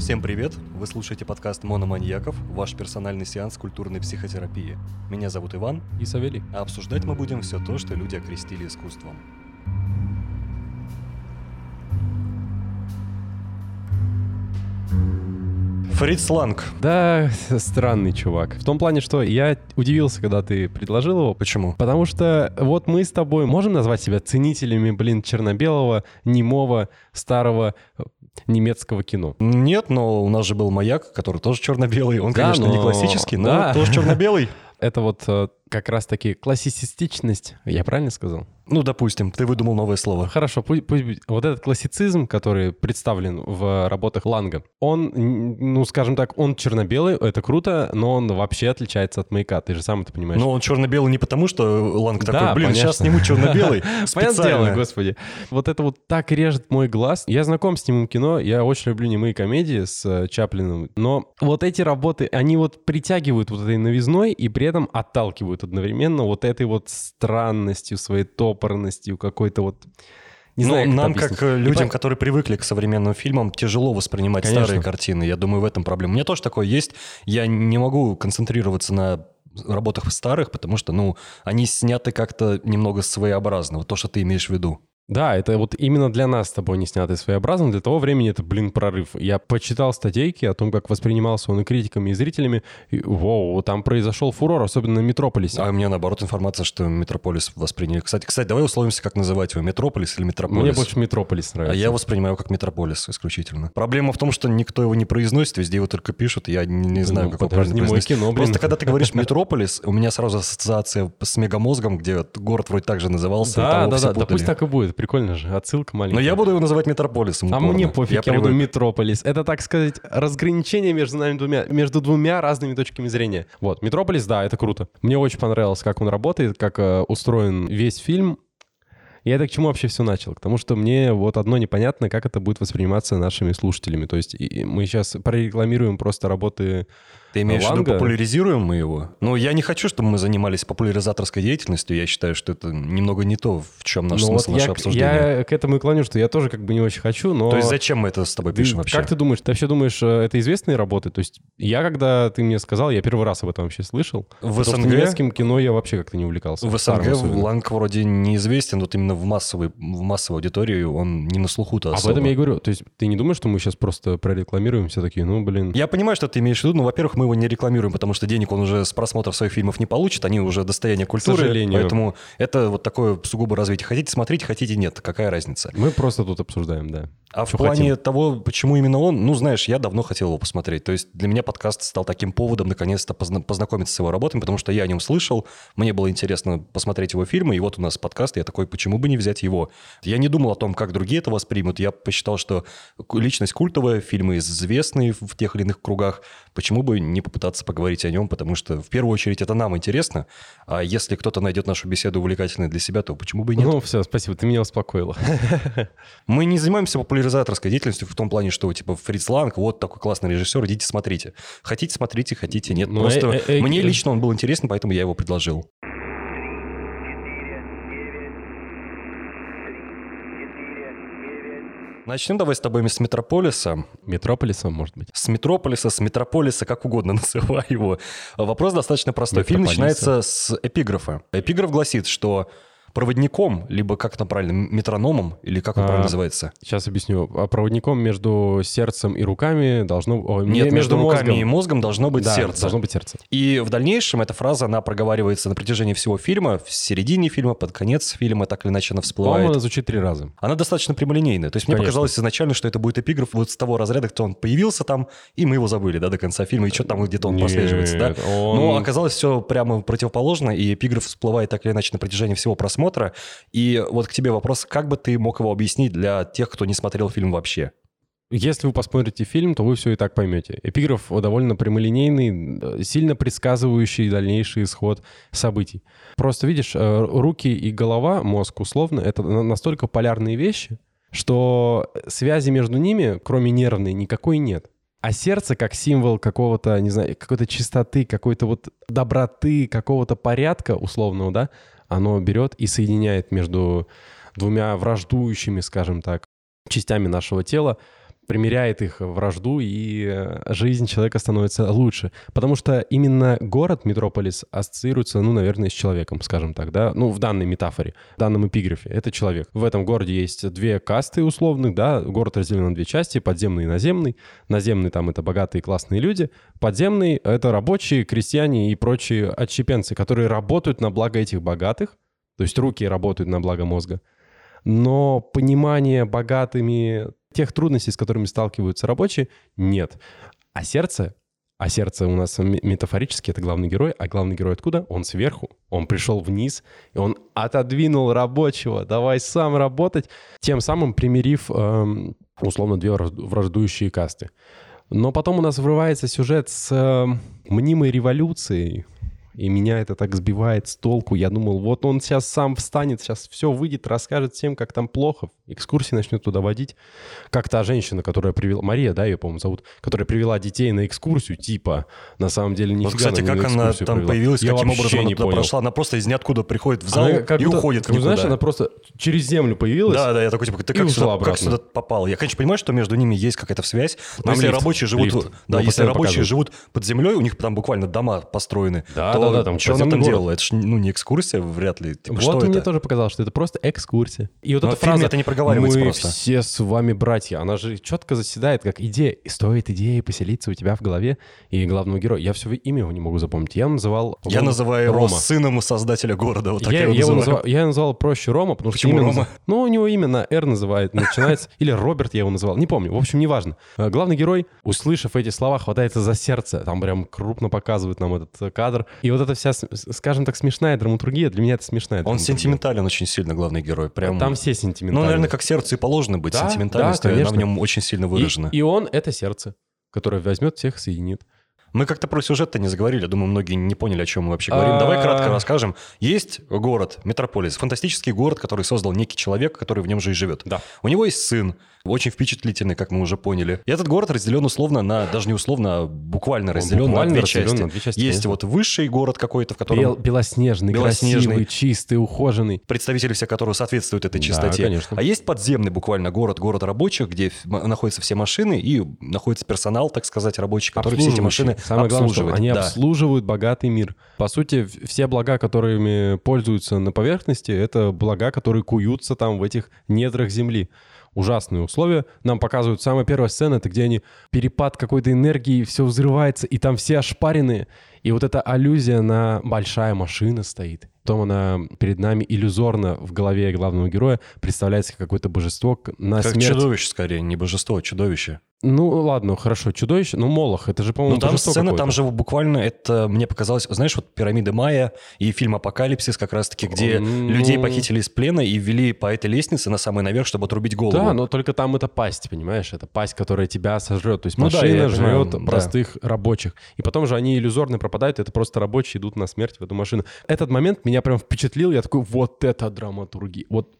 Всем привет! Вы слушаете подкаст «Мономаньяков», ваш персональный сеанс культурной психотерапии. Меня зовут Иван. И Савелий. А обсуждать мы будем все то, что люди окрестили искусством. Фриц Ланг. Да, странный чувак. В том плане, что я удивился, когда ты предложил его. Почему? Потому что вот мы с тобой можем назвать себя ценителями, черно-белого, немого, старого немецкого кино. Нет, но у нас же был «Маяк», который тоже черно-белый. Он, конечно, не классический, но тоже черно-белый. Это вот как раз-таки классицистичность, я правильно сказал? Ну, допустим, ты выдумал новое слово. Хорошо, пусть вот этот классицизм, который представлен в работах Ланга, он, ну, скажем так, он черно-белый, это круто, но он вообще отличается от «Маяка», ты же сам это понимаешь. Но он черно-белый не потому, что Ланг такой, понятно. сейчас сниму черно-белый специально. Господи. Вот это вот так режет мой глаз. Я знаком с немым кино, я очень люблю немые комедии с Чаплиным, но вот эти работы, они вот притягивают вот этой новизной и при этом отталкивают одновременно вот этой вот странностью, своей топорностью, какой-то вот... Не знаю, нам, как людям, которые привыкли к современным фильмам, тяжело воспринимать старые картины. Я думаю, в этом проблема. У меня тоже такое есть. Я не могу концентрироваться на работах старых, потому что, они сняты как-то немного своеобразно. Вот то, что ты имеешь в виду. Да, это вот именно для нас с тобой не снятый своеобразно, для того времени это, прорыв. Я почитал статейки о том, как воспринимался он и критиками, и зрителями, и там произошел фурор, особенно на «Метрополисе». А у меня, наоборот, информация, что «Метрополис» восприняли. Кстати, давай условимся, как называть его, «Метрополис» или «Метрополис». Мне больше «Метрополис» нравится. А я воспринимаю как «Метрополис» исключительно. Проблема в том, что никто его не произносит, везде его только пишут, я не знаю, как его правильно произносить. Кино, Просто когда ты говоришь «Метрополис», у меня сразу ассоциация с «Мегамозгом», где город вроде так же назывался. Да, пусть так и будет. Прикольно же, отсылка маленькая. Но я буду его называть «Метрополисом». А мне пофиг, я буду «Метрополис». Это, так сказать, разграничение между двумя разными точками зрения. Вот, «Метрополис», да, это круто. Мне очень понравилось, как он работает, как устроен весь фильм. И это к чему вообще все начал? К тому, что мне вот одно непонятно, как это будет восприниматься нашими слушателями. То есть мы сейчас прорекламируем просто работы Ты имеешь Ланга. в виду, популяризируем мы его? Ну, я не хочу, чтобы мы занимались популяризаторской деятельностью. Я считаю, что это немного не то, в чем наш смысл нашего обсуждения. Я к этому и клоню, что я тоже не очень хочу, но... То есть зачем мы это с тобой пишем вообще? Как ты думаешь? Ты вообще думаешь, это известные работы? То есть когда ты мне сказал, я первый раз об этом вообще слышал. В СНГ... немецким кино я вообще как-то не увлекался. В СНГ Ланг вроде неизвестен, вот именно в массовой аудитории он не на слуху-то особо. Об этом я и говорю. То есть ты не думаешь, что мы сейчас просто прорекламируем все такие, Я понимаю, что ты имеешь в виду, но, во-первых, мы его не рекламируем, потому что денег он уже с просмотров своих фильмов не получит, они уже достояние культуры. К сожалению. Поэтому это вот такое сугубо развитие. Хотите смотреть, хотите нет, какая разница? Мы просто тут обсуждаем, да. А в плане того, почему именно он, знаешь, я давно хотел его посмотреть. То есть для меня подкаст стал таким поводом наконец-то познакомиться с его работами, потому что я о нем слышал, мне было интересно посмотреть его фильмы, и вот у нас подкаст, и я такой, почему бы не взять его? Я не думал о том, как другие это воспримут, я посчитал, что личность культовая, фильмы известные в тех или иных кругах, почему бы не попытаться поговорить о нем, потому что в первую очередь это нам интересно, а если кто-то найдет нашу беседу увлекательной для себя, то почему бы и нет? Все, спасибо, ты меня успокоил. Мы не занимаемся популяризаторской деятельностью в том плане, что Фриц Ланг, вот такой классный режиссер, идите смотрите. Хотите смотрите, хотите нет. Просто мне лично он был интересен, поэтому я его предложил. Начнем давай с тобой с «Метрополиса». «Метрополиса», может быть. С «Метрополиса», как угодно называй его. Вопрос достаточно простой. Фильм начинается с эпиграфа. Эпиграф гласит, что проводником, либо как там правильно, метрономом, или как он правильно называется? Сейчас объясню. Проводником между сердцем и руками должно... Нет, между руками и мозгом должно быть сердце. Должно быть сердце. И в дальнейшем эта фраза, она проговаривается на протяжении всего фильма, в середине фильма, под конец фильма, так или иначе она всплывает. По-моему, она звучит 3 раза. Она достаточно прямолинейная. То есть мне показалось изначально, что это будет эпиграф вот с того разряда, кто он появился там, и мы его забыли, до конца фильма, и что там где-то он прослеживается, да? Но оказалось все прямо противоположно, и эпиграф всплывает так или иначе на протяжении всего просмотра. И вот к тебе вопрос, как бы ты мог его объяснить для тех, кто не смотрел фильм вообще? Если вы посмотрите фильм, то вы все и так поймете. Эпиграф довольно прямолинейный, сильно предсказывающий дальнейший исход событий. Просто видишь, руки и голова, мозг условно, это настолько полярные вещи, что связи между ними, кроме нервной, никакой нет. А сердце как символ какого-то, не знаю, какой-то чистоты, какой-то вот доброты, какого-то порядка условного, да, оно берет и соединяет между двумя враждующими, скажем так, частями нашего тела примиряет их вражду, и жизнь человека становится лучше. Потому что именно город, метрополис, ассоциируется, наверное, с человеком, скажем так, да? В данной метафоре, в данном эпиграфе. Это человек. В этом городе есть две касты условных, да? Город разделен на две части, подземный и наземный. Наземный там это богатые классные люди. Подземный — это рабочие, крестьяне и прочие отщепенцы, которые работают на благо этих богатых, то есть руки работают на благо мозга. Но понимание богатыми тех трудностей, с которыми сталкиваются рабочие, нет. А сердце у нас метафорически — это главный герой. А главный герой откуда? Он сверху. Он пришел вниз, и он отодвинул рабочего. Давай сам работать. Тем самым примирив, условно, две враждующие касты. Но потом у нас врывается сюжет с мнимой революцией. И меня это так сбивает с толку. Я думал, вот он сейчас сам встанет, сейчас все выйдет, расскажет всем, как там плохо. Экскурсии начнет туда водить. Как та женщина, которая привела... Мария, да, ее, по-моему, зовут? Которая привела детей на экскурсию, типа, на самом деле, нифига. Вот, кстати, как она там привела. Появилась, я каким образом она туда прошла? Она просто из ниоткуда приходит в зал и уходит никуда. Знаешь, она просто через землю появилась. Да, я такой, типа, ты как сюда попал? Я, конечно, понимаю, что между ними есть какая-то связь, но если рабочие живут... Да, если рабочие живут под землей, у них там буквально дома построены, то там что она там делала? Это же не экскурсия, вряд ли. Типа, вот мне тоже показалось, что это просто экскурсия. И вот эта фраза это не проговаривается «Мы просто. все с вами братья», она же четко заседает как идея. Стоит идея поселиться у тебя в голове. И главного героя, я все имя его не могу запомнить. Я называю его сыном создателя города. Вот так я его называл проще Рома, потому Почему что Рома? У него имя на «Р» начинается. Или Роберт я его называл, не помню. В общем, неважно. Главный герой, услышав эти слова, хватается за сердце. Там прям крупно показывают нам этот кадр. И вот эта вся, скажем так, смешная драматургия. Для меня это смешная драматургия. Он сентиментален очень сильно, главный герой. Прям... Там все сентиментальны. Наверное, как сердце и положено быть сентиментальностью, она в нем очень сильно выражена. И он — это сердце, которое возьмет всех и соединит. Мы как-то про сюжет-то не заговорили. Я думаю, многие не поняли, о чем мы вообще говорим. Давай кратко расскажем. Есть город, метрополис, фантастический город, который создал некий человек, который в нем же и живет. Да. У него есть сын, очень впечатлительный, как мы уже поняли. И этот город разделен условно на, даже не условно, а буквально разделен на две части. Есть конечно. Вот высший город какой-то, в котором... Белоснежный, красивый, чистый, ухоженный. Представители все которого соответствуют этой чистоте. Да, конечно. А есть подземный буквально город рабочих, где находятся все машины и находится персонал, так сказать, рабочий, который все эти машины Самое главное, обслуживает. Они обслуживают богатый мир. По сути, все блага, которыми пользуются на поверхности, это блага, которые куются там в этих недрах земли. Ужасные условия. Нам показывают самая первая сцена, это где они перепад какой-то энергии, все взрывается, и там все ошпаренные. И вот эта аллюзия на большая машина стоит. Потом она перед нами иллюзорно в голове главного героя представляется как какое-то божество на как смерть. Чудовище, скорее, не божество, а чудовище. Ну, ладно, хорошо, чудовище, Молох, это же, по-моему, там божество сцена, какое-то. там же буквально, это мне показалось, знаешь, вот «Пирамиды Майя» и фильм «Апокалипсис» как раз-таки, где людей похитили из плена и ввели по этой лестнице на самый наверх, чтобы отрубить голову. Да, но только там это пасть, понимаешь? Это пасть, которая тебя сожрет. То есть машина жрет простых рабочих. И потом же они иллюзорно пропадают, это просто рабочие идут на смерть в эту машину. Этот момент меня прям впечатлил, я такой, вот это драматургия. Вот,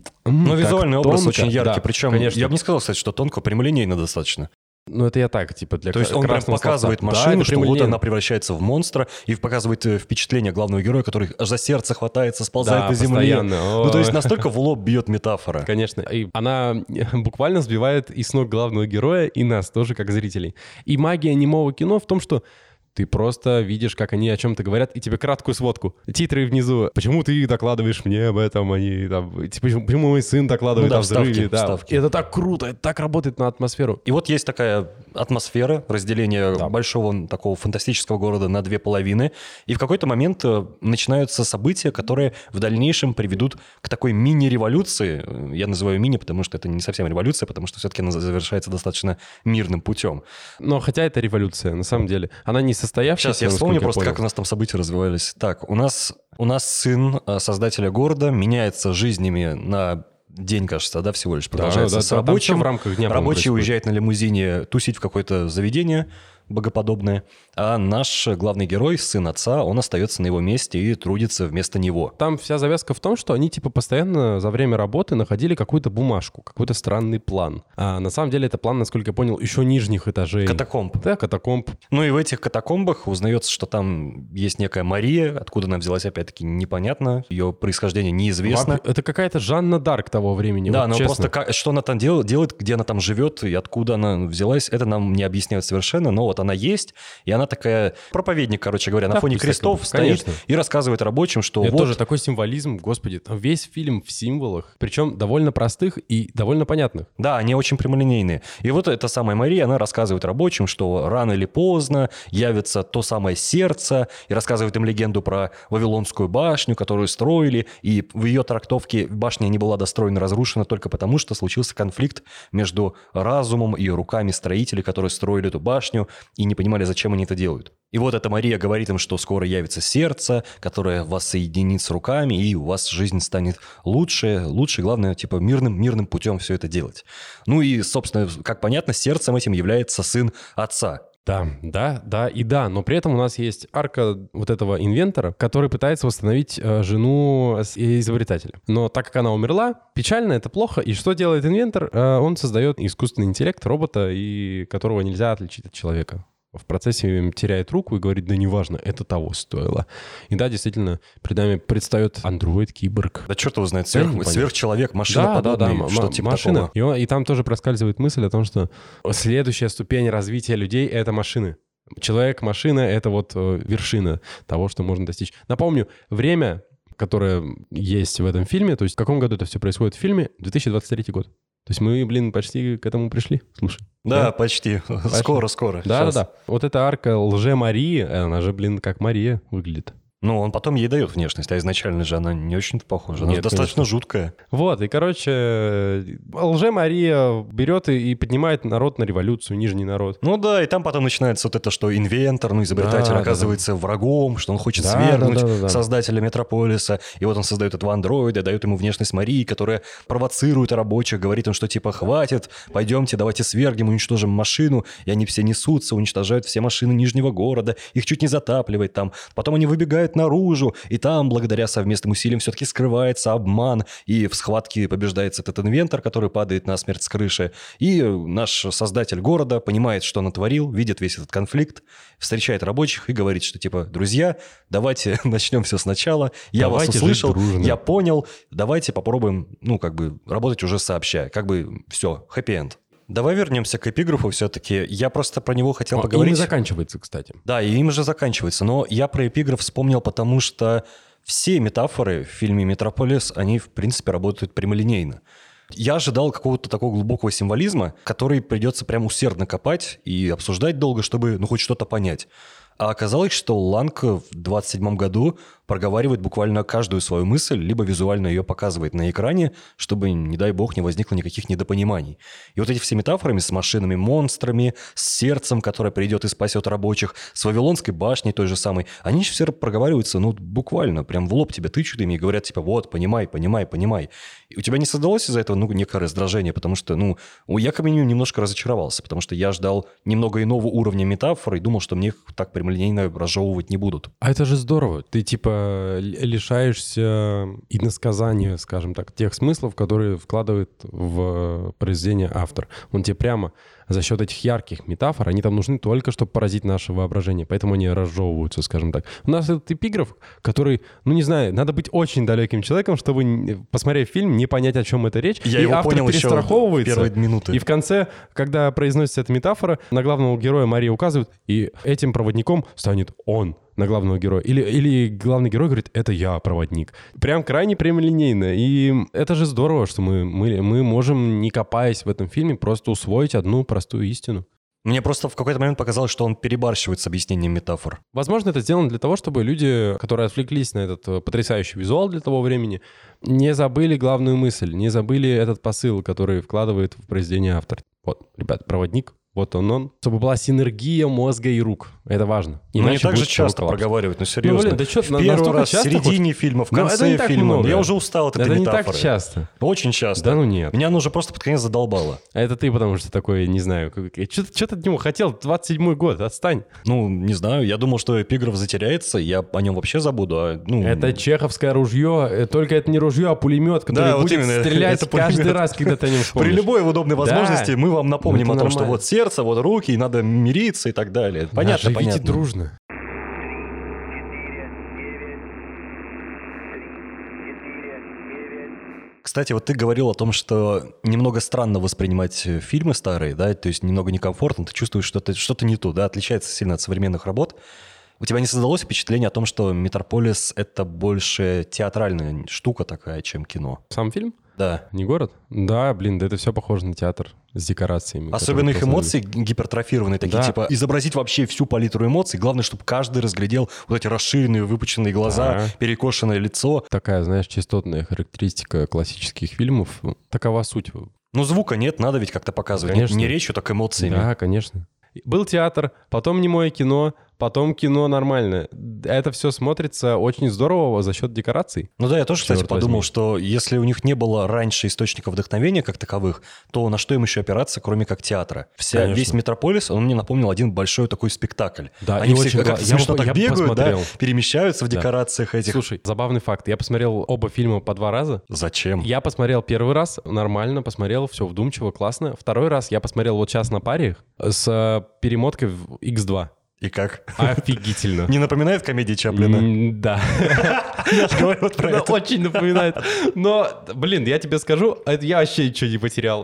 но визуальный образ очень яркий, да, причем конечно. я бы не сказал, кстати, что тонко, прямолинейно достаточно. Ну, это я так, типа, для То есть он прям показывает машину, что вот она превращается в монстра, и показывает впечатление главного героя, который аж за сердце хватается, сползает по земле. Постоянно. Ну, то есть настолько в лоб бьет метафора. Конечно. И она буквально сбивает и с ног главного героя, и нас тоже, как зрителей. И магия немого кино в том, что ты просто видишь, как они о чем-то говорят, и тебе краткую сводку. Титры внизу. Почему ты докладываешь мне об этом? Они, там, почему мой сын докладывает о взрыве? Вставки. Это так круто, это так работает на атмосферу. И вот есть такая атмосфера, разделение большого такого фантастического города на две половины. И в какой-то момент начинаются события, которые в дальнейшем приведут к такой мини-революции. Я называю мини, потому что это не совсем революция, потому что все-таки она завершается достаточно мирным путем. Но хотя это революция, на самом деле. Она не состоявшаяся. Сейчас я вспомню просто, как у нас там события развивались. Так, у нас сын создателя города меняется жизнями на день, кажется, да, всего лишь продолжается с рабочим. В рамках дня рабочий уезжает на лимузине тусить в какое-то заведение, богоподобное, а наш главный герой, сын отца, он остается на его месте и трудится вместо него. Там вся завязка в том, что они типа постоянно за время работы находили какую-то бумажку, какой-то странный план. А на самом деле это план, насколько я понял, еще нижних этажей. Катакомб. Да, катакомб. Ну и в этих катакомбах узнается, что там есть некая Мария, откуда она взялась, опять-таки, непонятно, ее происхождение неизвестно. Это какая-то Жанна Дарк того времени. Да, вот но честно. просто что она там делает, где она там живет и откуда она взялась, это нам не объясняют совершенно, но вот она есть, и она такая проповедник, короче говоря, на фоне крестов стоит конечно. и рассказывает рабочим, что Это вот... тоже такой символизм, господи, там весь фильм в символах, причем довольно простых и довольно понятных. Да, они очень прямолинейные. И вот эта самая Мария, она рассказывает рабочим, что рано или поздно явится то самое сердце, и рассказывает им легенду про Вавилонскую башню, которую строили, и в ее трактовке башня не была достроена, разрушена только потому, что случился конфликт между разумом и руками строителей, которые строили эту башню, и не понимали, зачем они это делают. И вот эта Мария говорит им, что скоро явится сердце, которое вас соединит с руками, и у вас жизнь станет лучше, главное, типа мирным путем все это делать. Ну и, собственно, как понятно, сердцем этим является сын отца. Да, но при этом у нас есть арка вот этого инвентора, который пытается восстановить жену изобретателя. Но так как она умерла, печально, это плохо. И что делает инвентор? Он создает искусственный интеллект, робота, которого нельзя отличить от человека. В процессе теряет руку и говорит, да неважно, это того стоило. И да, действительно, перед нами предстает андроид, киборг. Да черт его знает, сверхчеловек, машина подобная, что типа машина. такого. И там тоже проскальзывает мысль о том, что следующая ступень развития людей — это машины. Человек-машина — это вот вершина того, что можно достичь. Напомню, время, которое есть в этом фильме, то есть в каком году это все происходит в фильме? 2023 год. То есть мы, почти к этому пришли, слушай. Да, почти. Скоро. Да. Вот эта арка лже-Марии, она же, как Мария выглядит. Ну, он потом ей дает внешность, а изначально же она не очень похожа. Она достаточно жуткая. Вот, и, лже-Мария берет и поднимает народ на революцию, нижний народ. Ну да, и там потом начинается вот это, что инвентор, изобретатель оказывается врагом, что он хочет свергнуть создателя Метрополиса. И вот он создает этого андроида, дает ему внешность Марии, которая провоцирует рабочих, говорит им, что типа хватит, пойдемте, давайте свергнем, уничтожим машину. И они все несутся, уничтожают все машины Нижнего города, их чуть не затапливает там. Потом они выбегают наружу, и там, благодаря совместным усилиям, все-таки скрывается обман, и в схватке побеждается этот инвентор, который падает насмерть с крыши. И наш создатель города понимает, что натворил, видит весь этот конфликт, встречает рабочих и говорит, что типа, друзья, давайте начнем все сначала, я вас услышал, я понял, давайте попробуем, работать уже сообща, все, хэппи-энд. Давай вернемся к эпиграфу все-таки. Я просто про него хотел поговорить. Им и заканчивается, кстати. Да, и им же заканчивается. Но я про эпиграф вспомнил, потому что все метафоры в фильме «Метрополис», они, в принципе, работают прямолинейно. Я ожидал какого-то такого глубокого символизма, который придется прям усердно копать и обсуждать долго, чтобы, хоть что-то понять. А оказалось, что Ланг в 27-м году проговаривает буквально каждую свою мысль, либо визуально ее показывает на экране, чтобы, не дай бог, не возникло никаких недопониманий. И вот эти все метафорами с машинами, монстрами, с сердцем, которое придет и спасет рабочих, с Вавилонской башней той же самой, они все проговариваются, буквально, прям в лоб тебе тычут ими и говорят, типа, вот, понимай. И у тебя не создалось из-за этого, некое раздражение, потому что, я как минимум немножко разочаровался, потому что я ждал немного иного уровня метафор и думал, что мне их так прямолинейно разжевывать не будут. А это же здорово. Ты, лишаешься иносказания, скажем так, тех смыслов, которые вкладывает в произведение автор. Он тебе прямо за счет этих ярких метафор, они там нужны только, чтобы поразить наше воображение, поэтому они разжевываются, скажем так. У нас этот эпиграф, который, не знаю, надо быть очень далеким человеком, чтобы, посмотрев фильм, не понять, о чем это речь. Я и его автор понял перестраховывается. Еще в первые минуты. И в конце, когда произносится эта метафора, на главного героя Мария указывает, и этим проводником станет он. На главного героя. Или главный герой говорит, это я проводник. Прям крайне прямолинейно. И это же здорово, что мы можем, не копаясь в этом фильме, просто усвоить одну простую истину. Мне просто в какой-то момент показалось, что он перебарщивает с объяснением метафор. Возможно, это сделано для того, чтобы люди, которые отвлеклись на этот потрясающий визуал для того времени, не забыли главную мысль, не забыли этот посыл, который вкладывает в произведение автор. Вот, ребят, проводник. Вот он. Чтобы была синергия мозга и рук. Это важно. Ну, не так же часто проговаривать, ну серьезно. Ну, блин, да что, в первый раз, в середине фильма, в конце фильма. Я уже устал от этой метафоры. Это не так часто. Очень часто. Да ну нет. Меня оно уже просто под конец задолбало. А это ты, потому что такой, не знаю, что ты от него хотел? 27-й год, отстань. Ну, не знаю, я думал, что эпиграф затеряется, я о нем вообще забуду. Это чеховское ружье, только это не ружье, а пулемет, который будет стрелять каждый раз, когда ты о нем вспомнишь. При любой удобной возможности мы вам напомним о том, что вот сердце, вот руки, и надо мириться и так далее. Понятно, понятно. Живите дружно. Кстати, вот ты говорил о том, что немного странно воспринимать фильмы старые, да, то есть немного некомфортно, ты чувствуешь, что что-то не то, да, отличается сильно от современных работ. У тебя не создалось впечатление о том, что «Метрополис» — это больше театральная штука такая, чем кино? Сам фильм? Да. Не город? Да, блин, да это все похоже на театр с декорациями. Особенно их эмоции гипертрофированные, такие, типа изобразить вообще всю палитру эмоций. Главное, чтобы каждый разглядел вот эти расширенные, выпученные глаза, перекошенное лицо. Такая, знаешь, частотная характеристика классических фильмов. Такова суть. Ну, звука нет, надо ведь как-то показывать. Конечно. Не речью, так эмоциями. Да, конечно. Был театр, потом немое кино, потом кино нормальное. Это все смотрится очень здорово за счет декораций. Ну да, я тоже, кстати, подумал, что если у них не было раньше источников вдохновения как таковых, то на что им еще опираться, кроме как театра? Весь «Метрополис», он мне напомнил один большой такой спектакль. Да, они все очень... как смешно так бегают, да, перемещаются в декорациях этих. Слушай, забавный факт. Я посмотрел оба фильма по 2 раза. Зачем? Я посмотрел первый раз, нормально посмотрел, все вдумчиво, классно. Второй раз я посмотрел вот сейчас на паре с перемоткой в X2. И как? Офигительно. Не напоминает комедии Чаплина? Да. Я же говорю вот про это. Очень напоминает. Но, блин, я тебе скажу, я вообще ничего не потерял.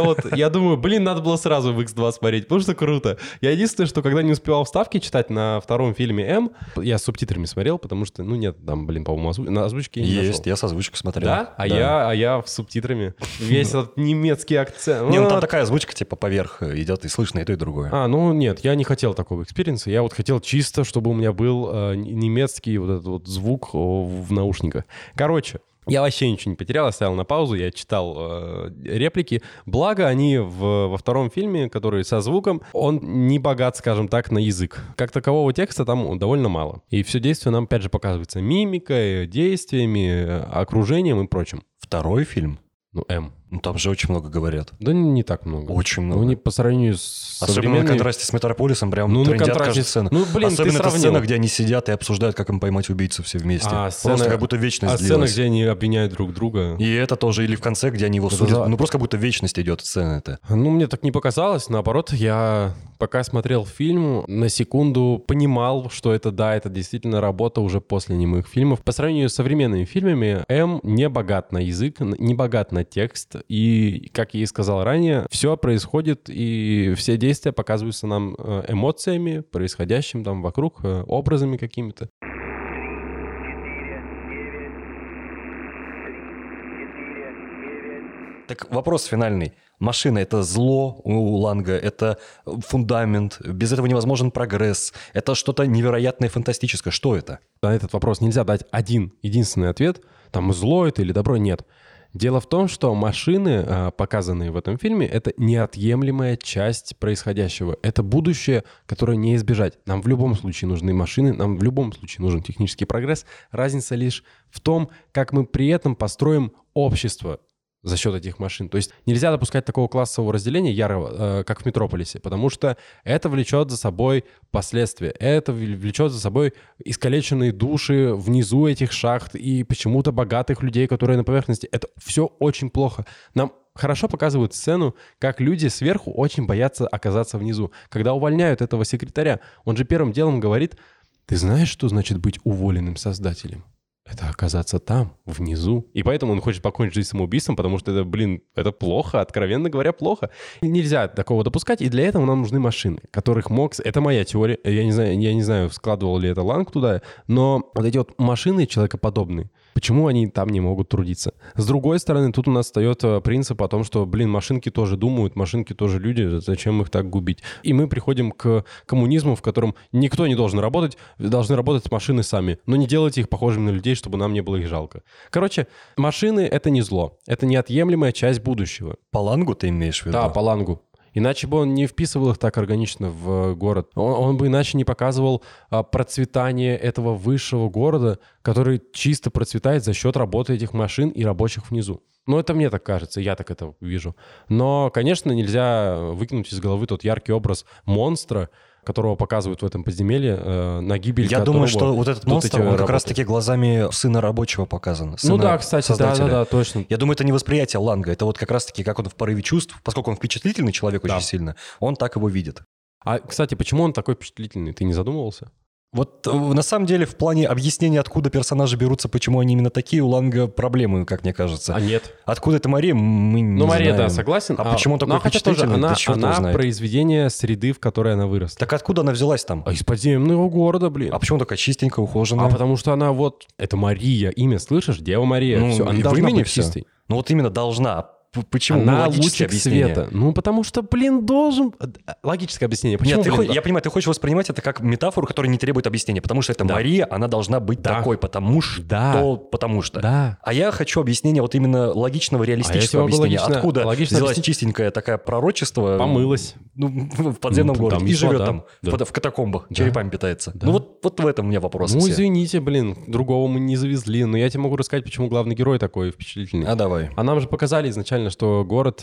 Я думаю, блин, надо было сразу в X2 смотреть, потому что круто. Я единственное, что когда не успевал вставки читать на втором фильме «М», я с субтитрами смотрел, потому что, ну нет, там, блин, по-моему, на озвучке не есть, я с озвучкой смотрел. Да? А я с субтитрами. Весь этот немецкий акцент. Не, ну там такая озвучка типа поверх идет, и слышно и то, и другое. Ну нет, я не хотел такого экспириенса. Я вот хотел чисто, чтобы у меня был немецкий вот этот вот звук в наушниках. Короче, я вообще ничего не потерял, я ставил на паузу, я читал реплики. Благо, они во втором фильме, который со звуком, он не богат, скажем так, на язык. Как такового текста там довольно мало. И все действие нам, опять же, показывается мимикой, действиями, окружением и прочим. Второй фильм? Ну, «М». Ну, там же очень много говорят. Да не так много. Очень много. Ну, не по сравнению с Особенно на контрасте с «Метрополисом» прям трендят каждую сцену. Ну, блин, особенно эта сцена, где они сидят и обсуждают, как им поймать убийцу все вместе. Просто как будто вечность длилась. Сцена, где они обвиняют друг друга. И это тоже, или в конце, где они его судят. Ну, просто как будто вечность идет сцена эта. Ну, мне так не показалось. Наоборот, я пока смотрел фильм, на секунду понимал, что это действительно работа уже после немых фильмов. По сравнению с современными фильмами, «М» не богат на язык, не богат на текст. И, как я и сказал ранее, все происходит, и все действия показываются нам эмоциями, происходящим там вокруг, образами какими-то. Так вопрос финальный. Машина — это зло у Ланга, это фундамент, без этого невозможен прогресс, это что-то невероятное, фантастическое. Что это? На этот вопрос нельзя дать один единственный ответ, там зло это или добро, нет. Дело в том, что машины, показанные в этом фильме, это неотъемлемая часть происходящего. Это будущее, которое не избежать. Нам в любом случае нужны машины, нам в любом случае нужен технический прогресс. Разница лишь в том, как мы при этом построим общество за счет этих машин. То есть нельзя допускать такого классового разделения ярого, как в «Метрополисе», потому что это влечет за собой последствия. Это влечет за собой искалеченные души внизу этих шахт и почему-то богатых людей, которые на поверхности. Это все очень плохо. Нам хорошо показывают сцену, как люди сверху очень боятся оказаться внизу. Когда увольняют этого секретаря, он же первым делом говорит: «Ты знаешь, что значит быть уволенным создателем? Это оказаться там, внизу». И поэтому он хочет покончить жизнь самоубийством, потому что это плохо, откровенно говоря, плохо. И нельзя такого допускать, и для этого нам нужны машины, которых мог... Это моя теория, я не знаю, складывал ли это Ланг туда, но вот эти вот машины человекоподобные, почему они там не могут трудиться? С другой стороны, тут у нас встает принцип о том, что, машинки тоже думают, машинки тоже люди, зачем их так губить? И мы приходим к коммунизму, в котором никто не должен работать, должны работать машины сами, но не делайте их похожими на людей, чтобы нам не было их жалко. Короче, машины — это не зло, это неотъемлемая часть будущего. По Лангу ты имеешь в виду? Да, по Лангу. Иначе бы он не вписывал их так органично в город. Он бы иначе не показывал процветание этого высшего города, который чисто процветает за счет работы этих машин и рабочих внизу. Ну, это мне так кажется, я так это вижу. Но, конечно, нельзя выкинуть из головы тот яркий образ монстра, которого показывают в этом подземелье, на гибель Я думаю, что вот этот монстр, он как раз-таки глазами сына рабочего показан. Ну да, кстати, да, точно. Я думаю, это не восприятие Ланга, это вот как раз-таки, как он в порыве чувств, поскольку он впечатлительный человек очень сильно, он так его видит. А, кстати, почему он такой впечатлительный? Ты не задумывался? Вот на самом деле в плане объяснения, откуда персонажи берутся, почему они именно такие, у Ланга проблемы, как мне кажется. А нет. Откуда это Мария, мы не знаем. Ну, Мария, да, согласен. А почему он такой впечатлительный, да черт его знает. Она произведение среды, в которой она выросла. Так откуда она взялась там? А из подземного города, блин. А почему такая чистенькая, ухоженная? А потому что она вот... Это Мария, имя, слышишь? Дева Мария. Ну, все, она должна быть чистой. Ну, вот именно должна. Почему? Она логическое лучик объяснение. света. Ну, потому что, блин, должен... Логическое объяснение. Почему, Нет, я понимаю, ты хочешь воспринимать это как метафору, которая не требует объяснения, потому что это Мария, она должна быть такой, потому что... Да. А я хочу объяснения вот именно логичного, реалистического объяснения. Откуда взялась чистенькое такое пророчество? Помылась. Ну, в подземном городе. И живет там, в катакомбах, черепами питается. Ну, вот в этом у меня вопрос. Ну, извините, блин, другого мы не завезли. Но я тебе могу рассказать, почему главный герой такой впечатлительный. А давай. А нам же показали изначально, что город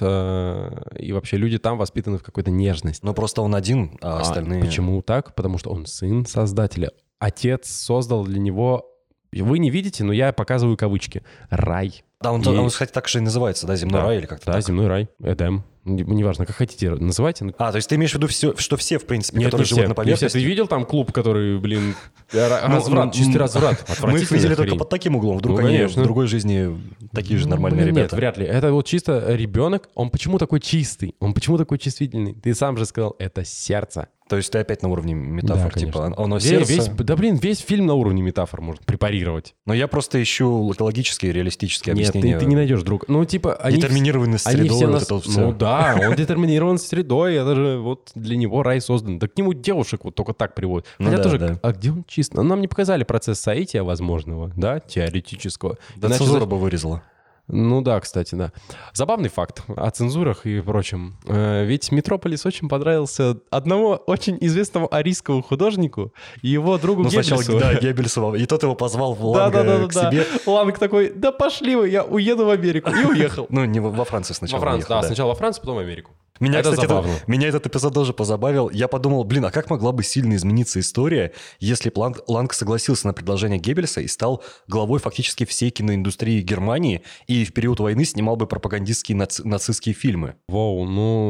и вообще люди там воспитаны в какой-то нежности. Ну, просто он один, а остальные... Почему так? Потому что он сын создателя. Отец создал для него... Вы не видите, но я показываю кавычки. Рай. Да, он, кстати, так же и называется, да? Земной рай или как-то так? Да, земной рай. Эдем. Неважно, как хотите, называйте. А, то есть ты имеешь в виду, что все, в принципе, которые живут на поверхности? Ты видел там клуб, который, блин, разврат, чистый разврат? Мы их видели только под таким углом. Вдруг они в другой жизни такие же нормальные ребята. Нет, вряд ли. Это вот чисто ребенок. Он почему такой чистый? Он почему такой чувствительный? Ты сам же сказал, это сердце. То есть ты опять на уровне метафор, да, типа, оно сердце... весь фильм на уровне метафор может препарировать. Но я просто ищу логические, реалистические объяснения. Нет, ты не найдешь друг. Ну, типа... Детерминированность средой, вот это вот все. Ну да, он детерминирован средой, это же вот для него рай создан. Да к нему девушек вот только так приводят. Хотя тоже, а где он чист? Нам не показали процесс соития возможного, да, теоретического. Да, цензура бы вырезала. Ну да, кстати, да. Забавный факт о цензурах и прочем. Ведь «Метрополис» очень понравился одному очень известному арийскому художнику и его другу Геббельсу. Сначала, да, Геббельсу. И тот его позвал в Ланга к себе. Ланг такой, да пошли вы, я уеду в Америку. И уехал. Ну, не во Францию сначала. Во Францию, да, сначала во Францию, потом в Америку. Меня, кстати, этот эпизод тоже позабавил. Я подумал, а как могла бы сильно измениться история, если бы Ланг согласился на предложение Геббельса и стал главой фактически всей киноиндустрии Германии и в период войны снимал бы пропагандистские нацистские фильмы? Воу,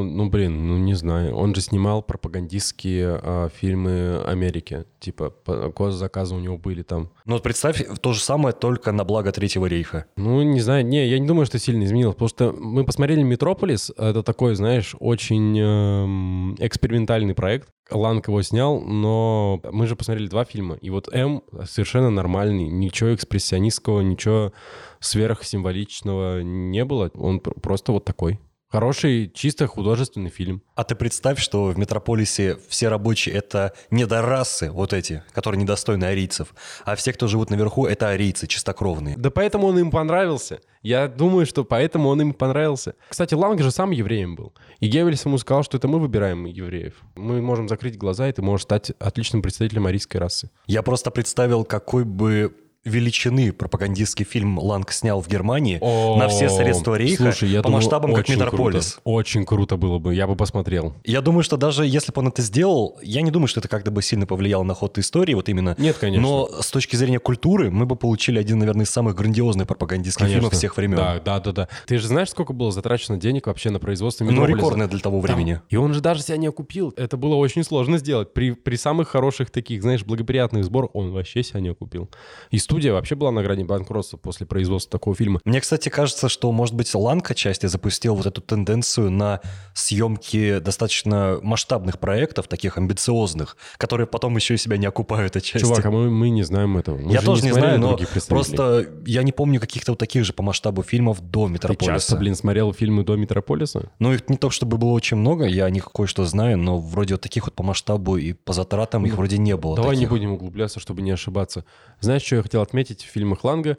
не знаю. Он же снимал пропагандистские фильмы Америки. Типа, госзаказы у него были там. Ну вот представь, то же самое, только на благо Третьего рейха. Ну, не знаю. Я не думаю, что сильно изменилось. Потому что мы посмотрели «Метрополис». Это такой, знаешь, очень экспериментальный проект. Ланг его снял, но мы же посмотрели 2 фильма. И вот «М» совершенно нормальный. Ничего экспрессионистского, ничего сверхсимволичного не было. Он просто вот такой. Хороший, чисто художественный фильм. А ты представь, что в «Метрополисе» все рабочие — это недорасы, вот эти, которые недостойны арийцев, а все, кто живут наверху, это арийцы, чистокровные. Да поэтому он им понравился. Я думаю, что поэтому он им понравился. Кстати, Ланг же сам евреем был. И Геббельс ему сказал, что это мы выбираем евреев. Мы можем закрыть глаза, и ты можешь стать отличным представителем арийской расы. Я просто представил, какой бы... величины пропагандистский фильм Ланг снял в Германии на все средства рейха. Слушай, я по думаю, масштабам, как «Метрополис». Круто. Очень круто было бы, я бы посмотрел. Я думаю, что даже если бы он это сделал, я не думаю, что это как-то бы сильно повлияло на ход истории, вот именно. Нет, конечно. Но с точки зрения культуры мы бы получили один, наверное, из самых грандиозных пропагандистских фильмов всех времен. Да. Ты же знаешь, сколько было затрачено денег вообще на производство «Метрополиса»? Ну, рекордное для того времени. Да. И он же даже себя не окупил. Это было очень сложно сделать. При самых хороших таких, знаешь, благоприятных сборах он вообще себя не окупил. И студия вообще была на грани банкротства после производства такого фильма. Мне, кстати, кажется, что, может быть, Ланг отчасти запустил вот эту тенденцию на съемки достаточно масштабных проектов, таких амбициозных, которые потом еще и себя не окупают отчасти. Чувак, а мы не знаем этого. Я тоже не знаю, но просто я не помню каких-то вот таких же по масштабу фильмов до «Метрополиса». Ты часто, смотрел фильмы до «Метрополиса»? Ну, их не то чтобы было очень много, я о них кое-что знаю, но вроде вот таких вот по масштабу и по затратам их вроде не было. Давай таких. Не будем углубляться, чтобы не ошибаться. Знаешь, что я хотел отметить в фильмах Ланга?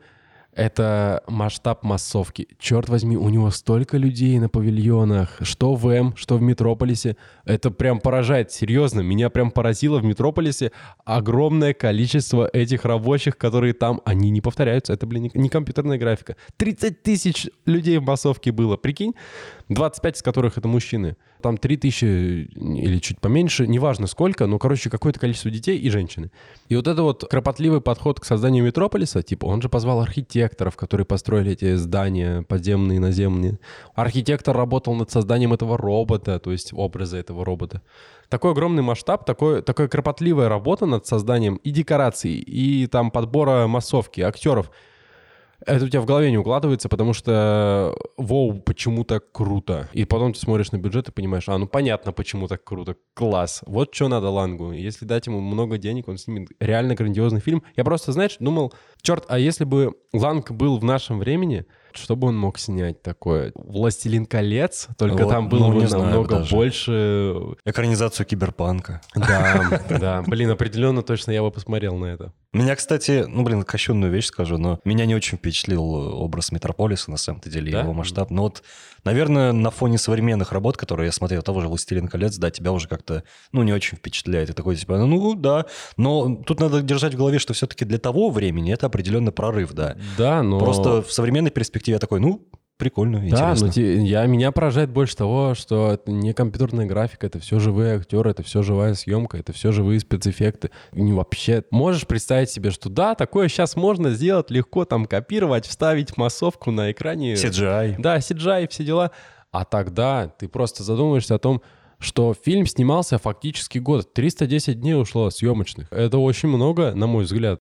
Это масштаб массовки. Черт возьми, у него столько людей на павильонах, что в М, что в Метрополисе. Это прям поражает, серьезно. Меня прям поразило в Метрополисе огромное количество этих рабочих, которые там, они не повторяются. Это, блин, не компьютерная графика. 30 тысяч людей в массовке было, прикинь? 25 из которых это мужчины. Там 3000 или чуть поменьше, неважно сколько, но, короче, какое-то количество детей и женщины. И вот это вот кропотливый подход к созданию Метрополиса, типа, он же позвал архитекторов, которые построили эти здания подземные, наземные. Архитектор работал над созданием этого робота, то есть образа этого робота. Такой огромный масштаб, такая кропотливая работа над созданием и декораций, и там подбора массовки, актеров. Это у тебя в голове не укладывается, потому что воу, почему так круто. И потом ты смотришь на бюджет и понимаешь, ну понятно, почему так круто. Класс. Вот что надо Лангу. Если дать ему много денег, он снимет реально грандиозный фильм. Я просто, знаешь, думал, черт, а если бы Ланг был в нашем времени, что бы он мог снять такое? «Властелин колец», только вот, там было бы намного больше... Экранизацию киберпанка. Да. Блин, определенно точно я бы посмотрел на это. Меня, кстати, кощунную вещь скажу, но меня не очень впечатлил образ Метрополиса, на самом-то деле, его масштаб. Но вот, наверное, на фоне современных работ, которые я смотрел, того же «Властелин колец», да, тебя уже как-то, не очень впечатляет. И такой, типа, да. Но тут надо держать в голове, что все-таки для того времени это определенный прорыв, да. Да, но... Просто в современной перспективе я такой, прикольно, интересно. Да, меня поражает больше того, что это не компьютерная графика, это все живые актеры, это все живая съемка, это все живые спецэффекты. И вообще можешь представить себе, что да, такое сейчас можно сделать легко, там копировать, вставить массовку на экране. CGI. Да, CGI, все дела. А тогда ты просто задумаешься о том, что фильм снимался фактически год. 310 дней ушло съемочных. Это очень много, на мой взгляд.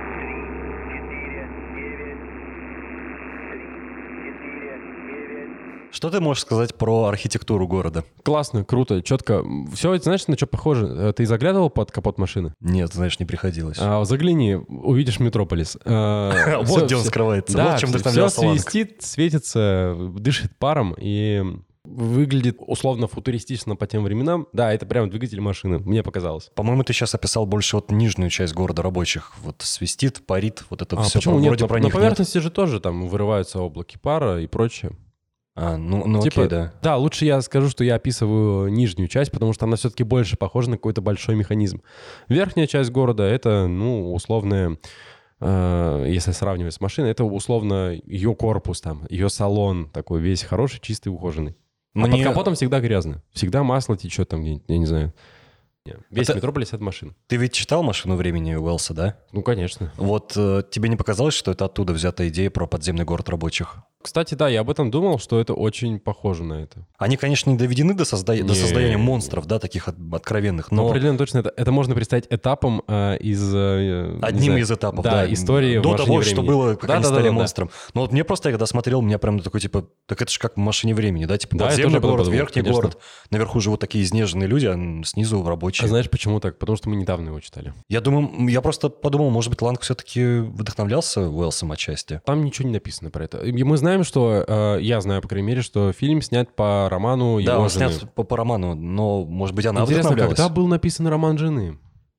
Что ты можешь сказать про архитектуру города? Классно, круто, четко. Все, знаешь, на что похоже? Ты заглядывал под капот машины? Нет, знаешь, не приходилось. Загляни, увидишь Метрополис. Вот где он скрывается. Вот чем вдохновлялся Ланг. Все свистит, светится, дышит паром и выглядит условно футуристично по тем временам. Да, это прям двигатель машины, мне показалось. По-моему, ты сейчас описал больше вот нижнюю часть города рабочих. Вот свистит, парит, вот это все. Почему нет? На поверхности же тоже там вырываются облаки пара и прочее. Окей, да. Да, лучше я скажу, что я описываю нижнюю часть, потому что она все-таки больше похожа на какой-то большой механизм. Верхняя часть города — это, условная, если сравнивать с машиной, это условно ее корпус, там, ее салон такой весь хороший, чистый, ухоженный. А под капотом всегда грязно. Всегда масло течет там где-нибудь, я не знаю. Весь Метрополис — это машина. Ты ведь читал «Машину времени» Уэллса, да? Конечно. Вот тебе не показалось, что это оттуда взята идея про подземный город рабочих? Кстати, да, я об этом думал, что это очень похоже на это. Они, конечно, не доведены до создания монстров, да, таких откровенных, но... определенно точно это можно представить этапом из... Одним из этапов, да. Истории до того, времени. Что было, как они стали монстром. Но вот мне просто, я когда смотрел, меня прям такой, типа, так это же как в «Машине времени», да? Типа подземный город, верхний город. Наверху живут такие изнеженные люди, а снизу рабочие. А знаешь, почему так? Потому что мы недавно его читали. Я просто подумал, может быть, Ланг все-таки вдохновлялся Уэллсом отчасти. Там ничего не написано про это. И мы знаем, что... я знаю, по крайней мере, что фильм снят по роману его жены. Да, он снят по роману, но, может быть, она Интересно, вдохновлялась. когда был написан роман жены?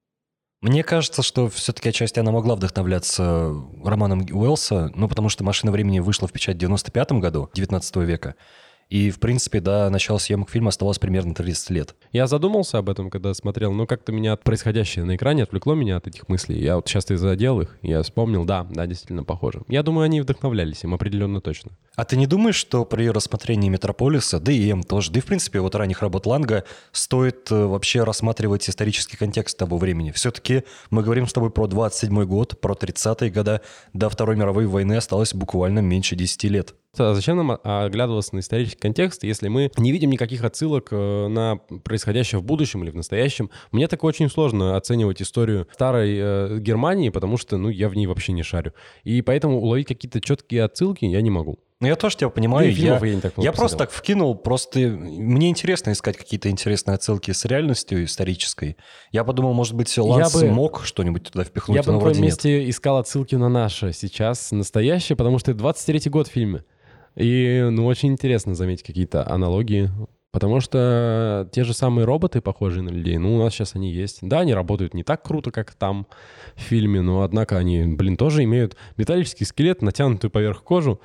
Мне кажется, что все-таки отчасти она могла вдохновляться романом Уэллса, потому что «Машина времени» вышла в печать в 95-м году, 19 века. И, в принципе, до начала съемок фильма оставалось примерно 30 лет. Я задумался об этом, когда смотрел, но как-то меня от происходящего на экране отвлекло меня от этих мыслей. Я вот сейчас задел их, я вспомнил, да, действительно похоже. Я думаю, они вдохновлялись им определенно точно. А ты не думаешь, что при рассмотрении «Метрополиса», да и «М» тоже, да и, в принципе, вот ранних работ Ланга, стоит вообще рассматривать исторический контекст того времени? Все-таки мы говорим с тобой про 27-й год, про 30-е годы. До Второй мировой войны осталось буквально меньше 10 лет. А зачем нам оглядываться на исторический контекст, если мы не видим никаких отсылок на происходящее в будущем или в настоящем? Мне так очень сложно оценивать историю старой Германии, потому что, я в ней вообще не шарю. И поэтому уловить какие-то четкие отсылки я не могу. Я тоже тебя понимаю. Я просто так вкинул, просто мне интересно искать какие-то интересные отсылки с реальностью исторической. Я подумал, может быть, Ланс мог что-нибудь туда впихнуть. Я бы на твоем месте искал отсылки на наше сейчас, настоящее, потому что это 23-й год в фильме. И, очень интересно заметить какие-то аналогии, Потому что те же самые роботы, похожие на людей, ну, у нас сейчас они есть. Да, они работают не так круто, как там в фильме, но, однако, они, тоже имеют металлический скелет, натянутую поверх кожу,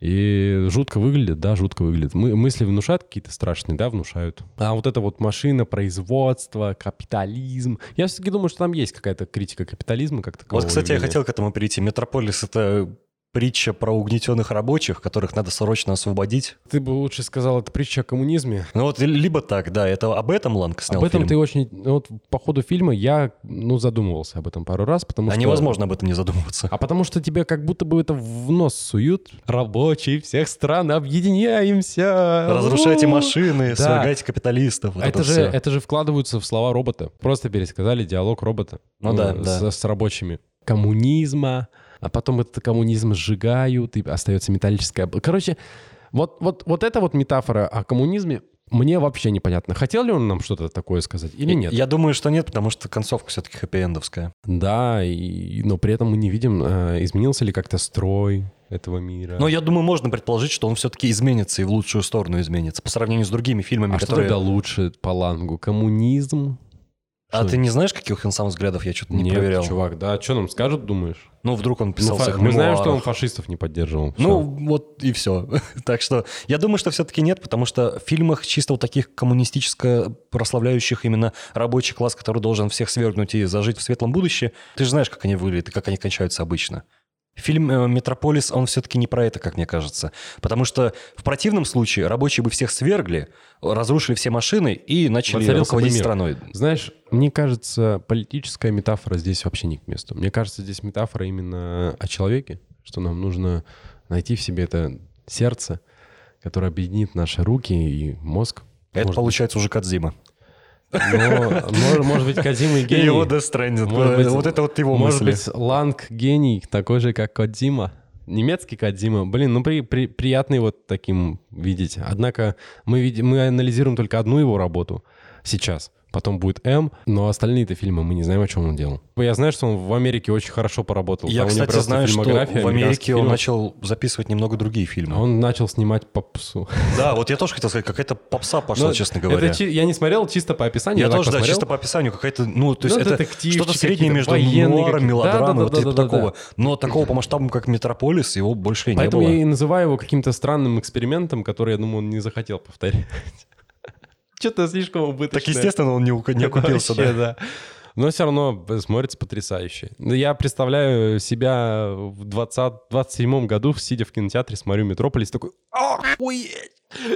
и жутко выглядит, да, жутко выглядит. Мысли внушают какие-то страшные, да, внушают. А вот это вот машина, производство, капитализм. Я все-таки думаю, что там есть какая-то критика капитализма как такового. Вот, кстати, я хотел к этому перейти. «Метрополис» — это притча про угнетенных рабочих, которых надо срочно освободить. Ты бы лучше сказал, это притча о коммунизме. Ну вот либо так, да, это об этом Ланг снял об этом фильм. Ты очень... Вот по ходу фильма я, задумывался об этом пару раз, потому что... невозможно об этом не задумываться. А потому что тебе как будто бы это в нос суют. Рабочие всех стран, объединяемся! Разрушайте машины, Да. свергайте капиталистов. Вот Это же вкладываются в слова робота. Просто пересказали диалог робота. Ну да. С рабочими. Коммунизма, а потом этот коммунизм сжигают, и остается металлическая... Короче, вот эта вот метафора о коммунизме мне вообще непонятно. Хотел ли он нам что-то такое сказать или нет? Я думаю, что нет, потому что концовка все-таки хэппи-эндовская. Да, но при этом мы не видим, изменился ли как-то строй этого мира. Но я думаю, можно предположить, что он все-таки изменится и в лучшую сторону изменится по сравнению с другими фильмами, а которые... что тогда лучше по Лангу? Коммунизм? А ты не знаешь, каких он сам взглядов? Я что-то не Нет, проверял. чувак, да. Что нам скажут, думаешь? Ну, вдруг он писал всех Мы знаем, мемуарах. что он фашистов не поддерживал. Ну, вот и все. Так что я думаю, что все-таки нет, потому что в фильмах чисто вот таких коммунистически прославляющих именно рабочий класс, который должен всех свергнуть и зажить в светлом будущем, ты же знаешь, как они выглядят и как они кончаются обычно. Фильм «Метрополис», он все-таки не про это, как мне кажется. Потому что в противном случае рабочие бы всех свергли, разрушили все машины и начали руководить страной. Знаешь, мне кажется, политическая метафора здесь вообще не к месту. Мне кажется, здесь метафора именно о человеке, что нам нужно найти в себе это сердце, которое объединит наши руки и мозг. Это получается уже Кодзима. Но, может быть, Кодзима и гений. Его Death Stranding. Вот это вот его мысли. мысли. Может быть, Ланг гений, такой же, как Кодзима. Немецкий Кодзима. Блин, приятно его таким видеть. Однако мы анализируем только одну его работу сейчас. Потом будет М, но остальные-то фильмы мы не знаем, о чем он делал. Я знаю, что он в Америке очень хорошо поработал. Я, кстати, знаю, что в Америке он начал записывать немного другие фильмы. Он начал снимать попсу. Да, вот я тоже хотел сказать, какая-то попса пошла, честно говоря. Я не смотрел чисто по описанию. Я тоже, да, чисто по описанию. Какая-то, то есть это что-то среднее между нуаром, мелодрамой, вот типа такого. Но такого по масштабам, как «Метрополис», его больше не было. Поэтому я и называю его каким-то странным экспериментом, который, я думаю, он не захотел повторять. Что-то слишком убыточное. Так, естественно, он не окупился, да. Но все равно смотрится потрясающе. Я представляю себя в 27-м году, сидя в кинотеатре, смотрю «Метрополис», такой: охуеть!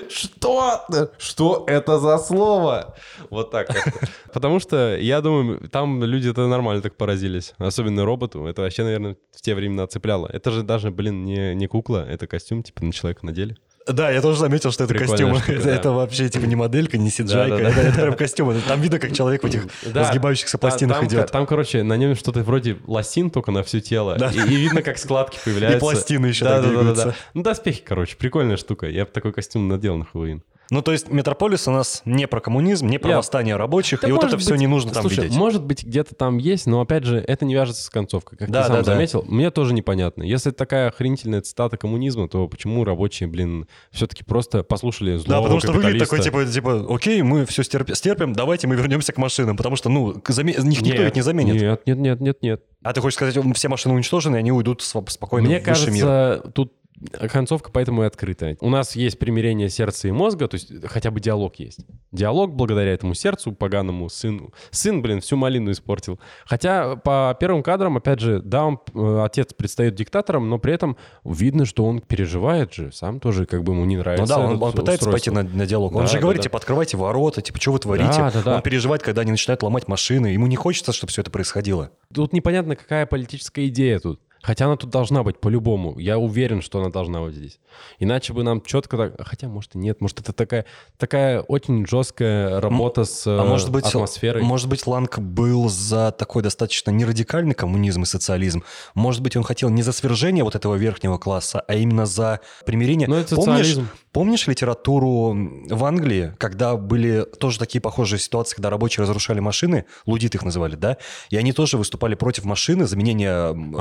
Что это за слово? Вот так. Потому что, я думаю, там люди-то нормально так поразились. Особенно роботу. Это вообще, наверное, в те времена цепляло. Это же даже, не кукла, это костюм, типа, на человека надели. Да, я тоже заметил, что это костюм. Это вообще типа не моделька, не сиджайка. Это прям костюм. Там видно, как человек в этих разгибающихся пластинах идет. Там, короче, на нем что-то вроде лосин только на все тело. И видно, как складки появляются. И пластины еще так двигаются. Ну, доспехи, короче, прикольная штука. Я бы такой костюм надел на Хэллоуин. Ну, то есть «Метрополис» у нас не про коммунизм, не про восстание рабочих, и вот это все не нужно там видеть. Может быть, где-то там есть, но, опять же, это не вяжется с концовкой. Как ты сам заметил, мне тоже непонятно. Если это такая охренительная цитата коммунизма, то почему рабочие, все-таки просто послушали злого Да, потому что выглядит капиталиста? такой, типа, окей, мы все стерпим, давайте мы вернемся к машинам, потому что, их никто ведь не заменит. Нет. А ты хочешь сказать, все машины уничтожены, и они уйдут спокойно в высший мир? Мне кажется, тут концовка поэтому и открытая. У нас есть примирение сердца и мозга, то есть хотя бы диалог есть. Диалог благодаря этому сердцу, поганому сыну. Сын, всю малину испортил. Хотя по первым кадрам, опять же, да, отец предстает диктатором, но при этом видно, что он переживает же. Сам тоже ему не нравится. Ну да, он пытается пойти на диалог. Он же говорит, типа, открывайте ворота, типа, что вы творите? Да. Он переживает, когда они начинают ломать машины. Ему не хочется, чтобы все это происходило. Тут непонятно, какая политическая идея тут. Хотя она тут должна быть по-любому. Я уверен, что она должна быть здесь. Иначе бы нам четко так... Хотя, может, и нет. Может, это такая очень жесткая работа с атмосферой. Может быть, Ланг был за такой достаточно нерадикальный коммунизм и социализм. Может быть, он хотел не за свержение вот этого верхнего класса, а именно за примирение. Но это социализм. Помнишь литературу в Англии, когда были тоже такие похожие ситуации, когда рабочие разрушали машины, лудит их называли, да? И они тоже выступали против машины, заменения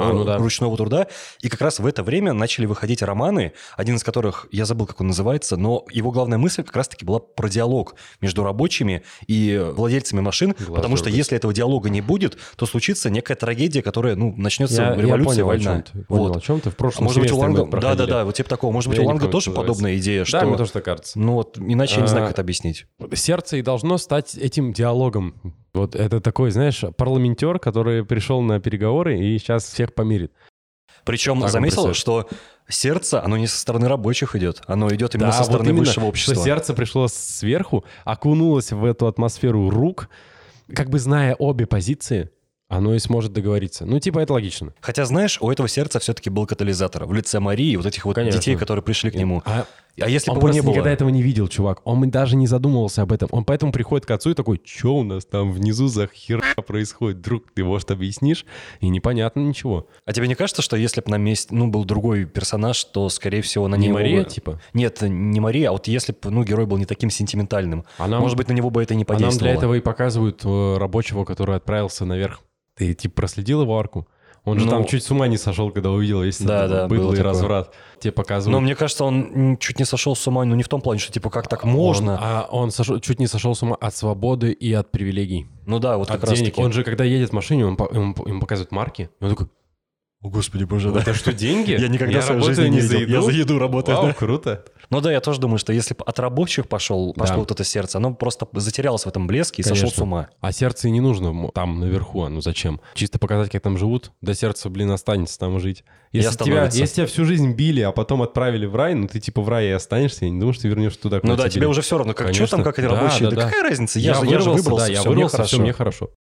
ручного труда. И как раз в это время начали выходить романы, один из которых, я забыл, как он называется, но его главная мысль как раз-таки была про диалог между рабочими и владельцами машин, потому что если этого диалога не будет, то случится некая трагедия, которая, начнется революция, война. Понял, о чем ты в прошлом может быть, у Ланга... проходили. Да, вот типа такого. Может быть, у Ланга тоже подобная идея, что... Да, мне тоже так кажется. Иначе я не знаю, как это объяснить. Сердце и должно стать этим диалогом. Вот это такой, знаешь, парламентер, который пришел на переговоры и сейчас всех помирит. Причем заметил, что сердце, оно не со стороны рабочих идет, оно идет именно со стороны высшего общества. Что сердце пришло сверху, окунулось в эту атмосферу рук, как бы зная обе позиции, оно и сможет договориться. Это логично. Хотя, знаешь, у этого сердца все-таки был катализатор в лице Марии, вот этих вот детей, которые пришли к нему. А если бы его не было... Он никогда этого не видел, чувак. Он даже не задумывался об этом. Он поэтому приходит к отцу и такой, что у нас там внизу за херня происходит? Друг, ты, может, объяснишь? И непонятно ничего. А тебе не кажется, что если бы на месте, был другой персонаж, то, скорее всего, на него... Не Мария, типа? Нет, не Мария, а вот если бы, герой был не таким сентиментальным, может быть, на него бы это не подействовало. А нам для этого и показывают рабочего, который отправился наверх. Ты, проследил его арку? Он же там чуть с ума не сошел, когда увидел весь этот быдло и разврат. Тебе показывают. Но мне кажется, он чуть не сошел с ума, не в том плане, что как так можно. Он чуть не сошел с ума от свободы и от привилегий. Вот как раз таки. Он же, когда едет в машине, ему показывают марки, и он такой... О, господи боже, это что, деньги? Я никогда в своей жизни не видел. Я за еду работаю. Вау, круто. Я тоже думаю, что если бы от рабочих пошло вот это сердце, оно просто затерялось в этом блеске и сошло с ума. А сердце и не нужно там наверху, зачем? Чисто показать, как там живут, до сердца, останется там жить. Если тебя всю жизнь били, а потом отправили в рай, ты в рае и останешься, я не думаю, что ты вернешься туда, куда тебя тебе уже все равно, что там, как они рабочие, да какая разница? Я же выбрался, все мне хорошо.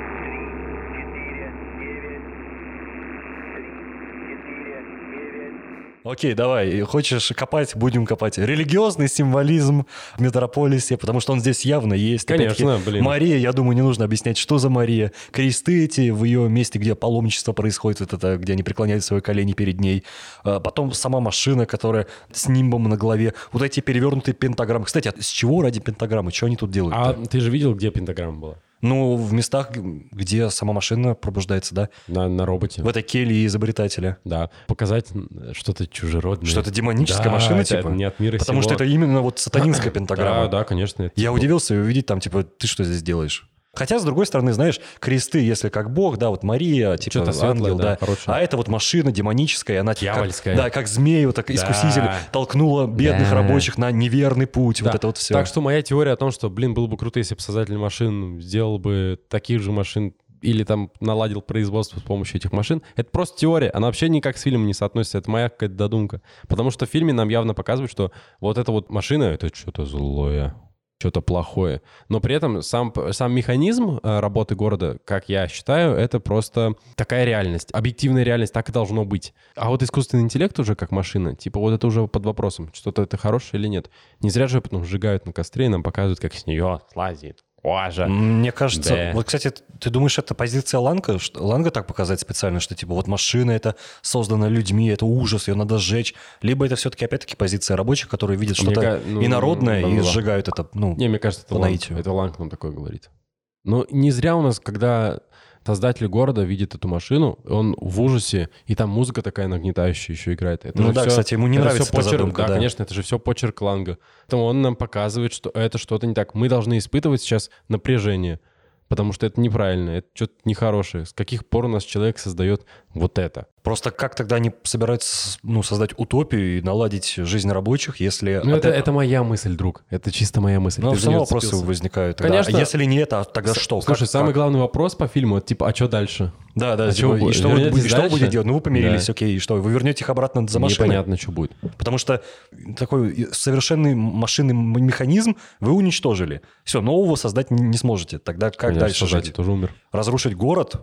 Окей, давай, хочешь копать, будем копать. Религиозный символизм в Метрополисе, потому что он здесь явно есть. Конечно, Мария, я думаю, не нужно объяснять, что за Мария. Кресты эти в ее месте, где паломничество происходит, где они преклоняют свои колени перед ней. Потом сама машина, которая с нимбом на голове. Вот эти перевернутые пентаграммы. Кстати, с чего ради пентаграммы? Что они тут делают? А ты же видел, где пентаграмма была? В местах, где сама машина пробуждается, да? На роботе. В этой келье изобретателя. Да. Показать что-то чужеродное. Что-то демоническая машина, это не от мира Потому сего. что это именно сатанинская пентаграмма. Да, конечно. Я удивился увидеть там, ты что здесь делаешь? Хотя, с другой стороны, знаешь, кресты, если как Бог, да, Мария, что-то светлое, ангел, да. А это машина демоническая, она дьявольская. как змею, так искуситель толкнула бедных рабочих на неверный путь, вот это вот все. Так что моя теория о том, что, было бы круто, если бы создатель машин сделал бы таких же машин или там наладил производство с помощью этих машин, это просто теория, она вообще никак с фильмом не соотносится, это моя какая-то додумка. Потому что в фильме нам явно показывают, что вот эта вот машина, это что-то злое. Что-то плохое. Но при этом сам механизм работы города, как я считаю, это просто такая реальность. Объективная реальность, так и должно быть. А вот искусственный интеллект уже как машина, вот это уже под вопросом, что-то это хорошее или нет. Не зря же потом сжигают на костре и нам показывают, как с нее слазит кожа. Мне кажется, кстати, ты думаешь, это позиция Ланга? Ланга так показать специально, что машина это создана людьми, это ужас, ее надо сжечь. Либо это все-таки опять-таки позиция рабочих, которые видят что-то инородное и сжигают это, Не, мне кажется, это Ланг нам такое говорит. Но не зря у нас, когда создатель города видит эту машину, он в ужасе, и там музыка такая нагнетающая еще играет. Кстати, ему не нравится эта задумка. Да, конечно, это же все почерк Ланга. Поэтому он нам показывает, что это что-то не так. Мы должны испытывать сейчас напряжение, потому что это неправильно, это что-то нехорошее. С каких пор у нас человек создает вот это? Просто как тогда они собираются создать утопию и наладить жизнь рабочих, если... Это моя мысль, друг. Это чисто моя мысль. Все равно вопросы возникают. Конечно. А если не это, тогда что? Слушай, самый главный вопрос по фильму, а что дальше? Да, и что вы будете делать? Вы помирились, окей, и что? Вы вернете их обратно за машиной? Непонятно, что будет. Потому что такой совершенный машинный механизм вы уничтожили. Все, нового создать не сможете. Тогда как дальше жить? Тоже умер. Разрушить город?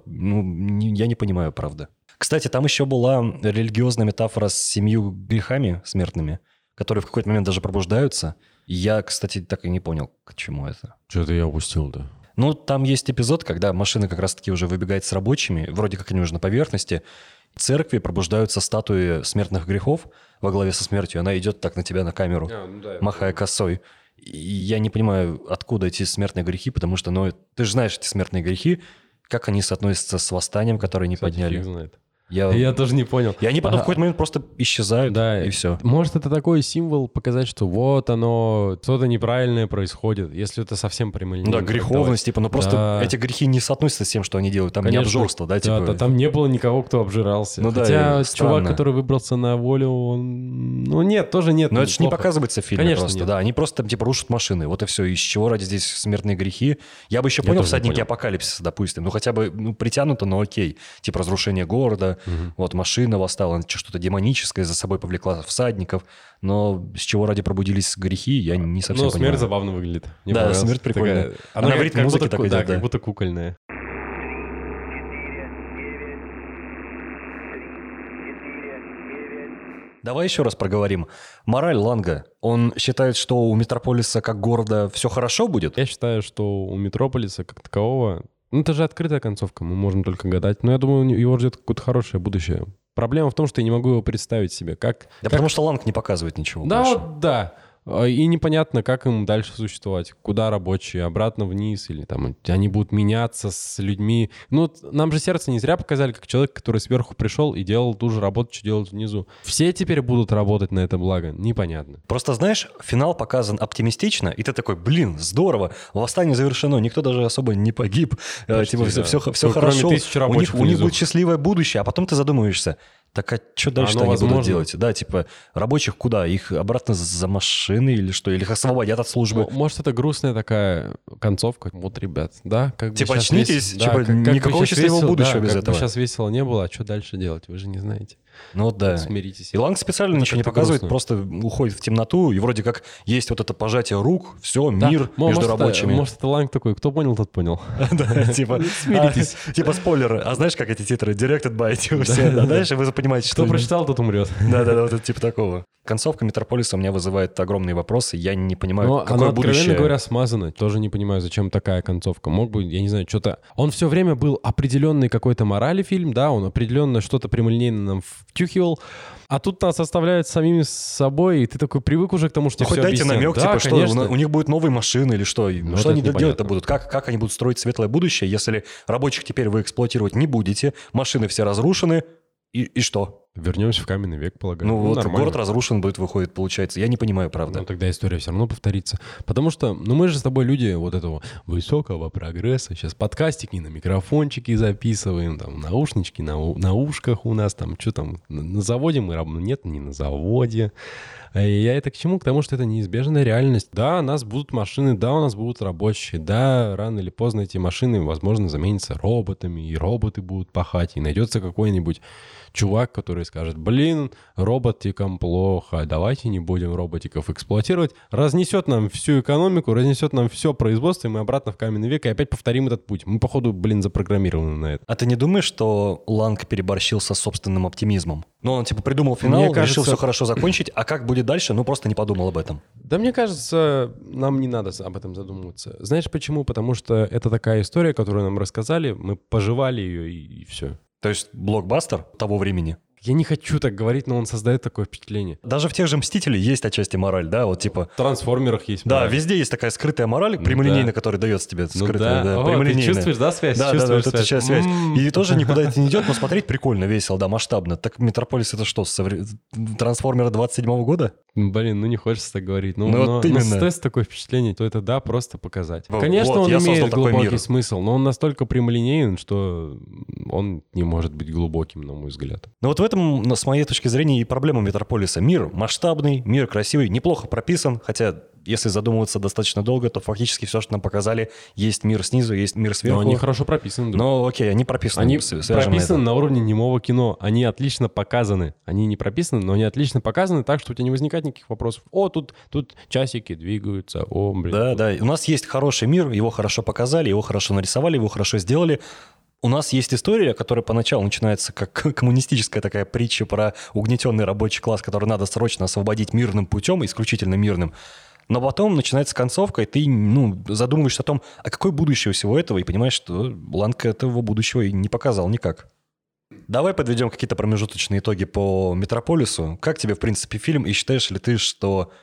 Я не понимаю, правда. Кстати, там еще была религиозная метафора с 7 грехами смертными, которые в какой-то момент даже пробуждаются. Я, кстати, так и не понял, к чему это. Что-то я упустил, да. Там есть эпизод, когда машина как раз-таки уже выбегает с рабочими, вроде как они уже на поверхности. В церкви пробуждаются статуи смертных грехов во главе со смертью. Она идет так на тебя на камеру, махая косой. И я не понимаю, откуда эти смертные грехи, потому что, ты же знаешь эти смертные грехи, как они соотносятся с восстанием, которое они подняли. Фиг знает. Я тоже не понял. И они потом в какой-то момент просто исчезают, Да, и все. Может, это такой символ показать, что вот оно, что-то неправильное происходит, если это совсем прямолинейно. Да, греховность, типа, но просто эти грехи не соотносятся с тем, что они делают. Там не обжорство, да, типа. Да, там не было никого, кто обжирался. Ну, хотя да, чувак, который выбрался на волю, он... Ну нет, тоже нет. Но это же не показывается в фильме. Конечно, просто, нет. да. Они просто, типа, рушат машины. Вот и все. Из чего ради здесь смертные грехи? Я бы еще понял «Всадники апокалипсиса», допустим. Ну, хотя бы, притянуто, но окей. Типа, разрушение города, вот машина восстала, что-то демоническое за собой повлекла всадников. Но с чего ради пробудились грехи, я не совсем понимаю. Ну, смерть забавно выглядит. Да, смерть прикольная. Она в ритме музыки так идет, как будто кукольная. Давай еще раз проговорим. Мораль Ланга. Он считает, что у Метрополиса как города все хорошо будет? Я считаю, что у Метрополиса как такового... Ну, это же открытая концовка, мы можем только гадать. Но я думаю, его ждет какое-то хорошее будущее. Проблема в том, что я не могу его представить себе. Потому что Ланг не показывает ничего больше. Да. И непонятно, как им дальше существовать. Куда рабочие? Обратно вниз? Или там они будут меняться с людьми? Ну, нам же сердце не зря показали, как человек, который сверху пришел и делал ту же работу, что делают внизу. Все теперь будут работать на это благо? Непонятно. Просто, знаешь, финал показан оптимистично, и ты такой, блин, здорово, восстание завершено, никто даже особо не погиб. Почти, типа, да. все Кроме хорошо. 1000 рабочих У них будет счастливое будущее, а потом ты задумываешься, так а что дальше они будут делать? Да, типа, рабочих куда? Их обратно за машины или что? Или их освободят от службы? Может, это грустная такая концовка? Вот, ребят, да? Как типа, очнитесь, типа, никакого счастливого будущего без этого. Как бы сейчас весело не было, а что дальше делать? Вы же не знаете. Ну да. Смиритесь. И Ланг специально ничего не показывает, просто уходит в темноту, и вроде как есть вот это пожатие рук, все, мир между рабочими. Может, это Ланг такой, кто понял, тот понял. Да, типа, смиритесь. Типа спойлеры. А знаешь, как эти титры? Directed by, типа, все. Дальше вы понимаете, что... Кто прочитал, тот умрет. Да, вот это типа такого. Концовка Метрополиса у меня вызывает огромные вопросы. Я не понимаю, какое будущее. Откровенно говоря, смазано. Тоже не понимаю, зачем такая концовка. Мог бы, я не знаю, что-то... Он все время был определенный какой-то морали фильм, да, он определенно что-то прямолинейно нам втюхивал. А тут нас оставляют самими собой, и ты такой привык уже к тому, что хоть все дайте объясняют. намек, да, типа, конечно. что у них будет новые машины или что? Что они непонятно. делать-то будут? Как они будут строить светлое будущее, если рабочих теперь вы эксплуатировать не будете, машины все разрушены, и что? Вернемся в каменный век, полагаю. Ну вот нормально. город разрушен будет, выходит, получается. Я не понимаю, правда. Ну, тогда история все равно повторится. Потому что, мы же с тобой люди вот этого высокого прогресса. Сейчас подкастики на микрофончики записываем, там, наушнички на ушках у нас, там, что там, на заводе мы работаем. Нет, не на заводе. И я это к чему? К тому, что это неизбежная реальность. Да, у нас будут машины, да, у нас будут рабочие, да, рано или поздно эти машины, возможно, заменятся роботами, и роботы будут пахать, и найдется какой-нибудь чувак, который скажет, блин, роботикам плохо, давайте не будем роботиков эксплуатировать, разнесет нам всю экономику, разнесет нам все производство, и мы обратно в каменный век, и опять повторим этот путь. Мы, походу, запрограммированы на это. А ты не думаешь, что Ланг переборщил со собственным оптимизмом? Ну, он, типа, придумал финал, решил все хорошо закончить, а как будет дальше, просто не подумал об этом. Да, мне кажется, нам не надо об этом задумываться. Знаешь почему? Потому что это такая история, которую нам рассказали, мы пожевали ее, и все. То есть блокбастер того времени? Я не хочу так говорить, но он создает такое впечатление. Даже в тех же «Мстителях» есть отчасти мораль, да, вот типа... В «Трансформерах» есть мораль. Да, везде есть такая скрытая мораль, прямолинейная, которая дается тебе. Скрытая, да, прямолинейная. Ты чувствуешь, да, связь? Да, вот эта часть связь. И тоже никуда это не идет, но смотреть прикольно, весело, да, масштабно. Так «Метрополис» это что, «Трансформеры» 27-го года? Блин, не хочется так говорить. Но вот именно. создается такое впечатление, то это да, просто показать. Вот, конечно, он имеет глубокий мир. смысл, но он настолько прямолинеен, что он не может быть глубоким, на мой взгляд. Но вот в этом, с моей точки зрения, и проблема «Метрополиса». Мир масштабный, мир красивый, неплохо прописан, хотя... Если задумываться достаточно долго, то фактически все, что нам показали, есть мир снизу, есть мир сверху. Но они хорошо прописаны. Друг. Но окей, они прописаны. Они прописаны на уровне немого кино. Они отлично показаны. Они не прописаны, но они отлично показаны так, что у тебя не возникает никаких вопросов. О, тут часики двигаются. О, блин. Да. У нас есть хороший мир, его хорошо показали, его хорошо нарисовали, его хорошо сделали. У нас есть история, которая поначалу начинается как коммунистическая такая притча про угнетенный рабочий класс, который надо срочно освободить мирным путем, исключительно мирным. Но потом начинается концовка, и ты задумываешься о том, а какое будущее у всего этого, и понимаешь, что Ланг этого будущего и не показал никак. Давай подведем какие-то промежуточные итоги по «Метрополису». Как тебе, в принципе, фильм, и считаешь ли ты, что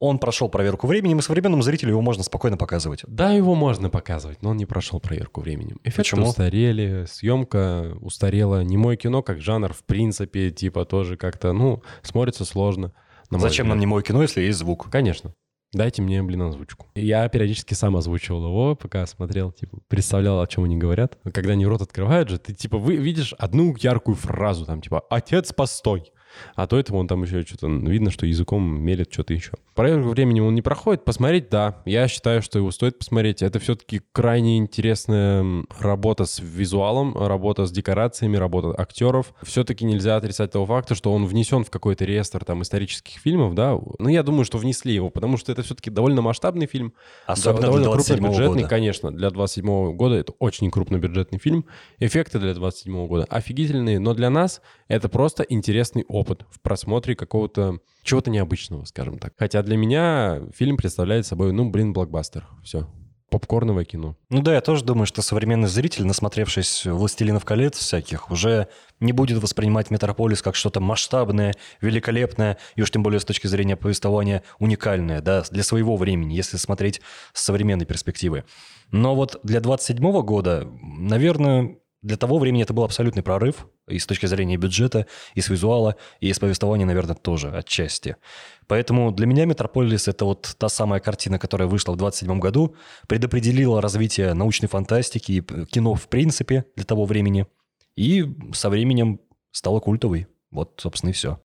он прошел проверку временем, и современному зрителю его можно спокойно показывать. Да, его можно показывать, но он не прошел проверку временем. Эффекты Почему? устарели, съемка устарела. Немое кино как жанр, в принципе, типа тоже как-то, смотрится сложно. Зачем нам немое кино, если есть звук? Конечно. Дайте мне, озвучку. Я периодически сам озвучивал его, пока смотрел, представлял, о чем они говорят. Когда они рот открывают же, ты, видишь одну яркую фразу, там, «Отец, постой!» А до этого он там еще что-то... Видно, что языком мелет что-то еще. Проверку времени он не проходит. Посмотреть, да. Я считаю, что его стоит посмотреть. Это все-таки крайне интересная работа с визуалом, работа с декорациями, работа актеров. Все-таки нельзя отрицать того факта, что он внесен в какой-то реестр там исторических фильмов, да. Я думаю, что внесли его, потому что это все-таки довольно масштабный фильм. Особенно довольно для 27 крупнобюджетный, года. конечно. Для 27 года это очень крупнобюджетный фильм. Эффекты для 27 года офигительные, но для нас это просто интересный опыт в просмотре какого-то чего-то необычного, скажем так. Хотя для меня фильм представляет собой, блокбастер. Все. Попкорновое кино. Я тоже думаю, что современный зритель, насмотревшись «Властелинов колец» всяких, уже не будет воспринимать «Метрополис» как что-то масштабное, великолепное, и уж тем более с точки зрения повествования уникальное, да, для своего времени, если смотреть с современной перспективы. Но вот для 27 года, наверное, для того времени это был абсолютный прорыв и с точки зрения бюджета, и с визуала, и с повествования, наверное, тоже отчасти. Поэтому для меня «Метрополис» — это вот та самая картина, которая вышла в 27 году, предопределила развитие научной фантастики и кино в принципе для того времени, и со временем стала культовой. Вот, собственно, и все.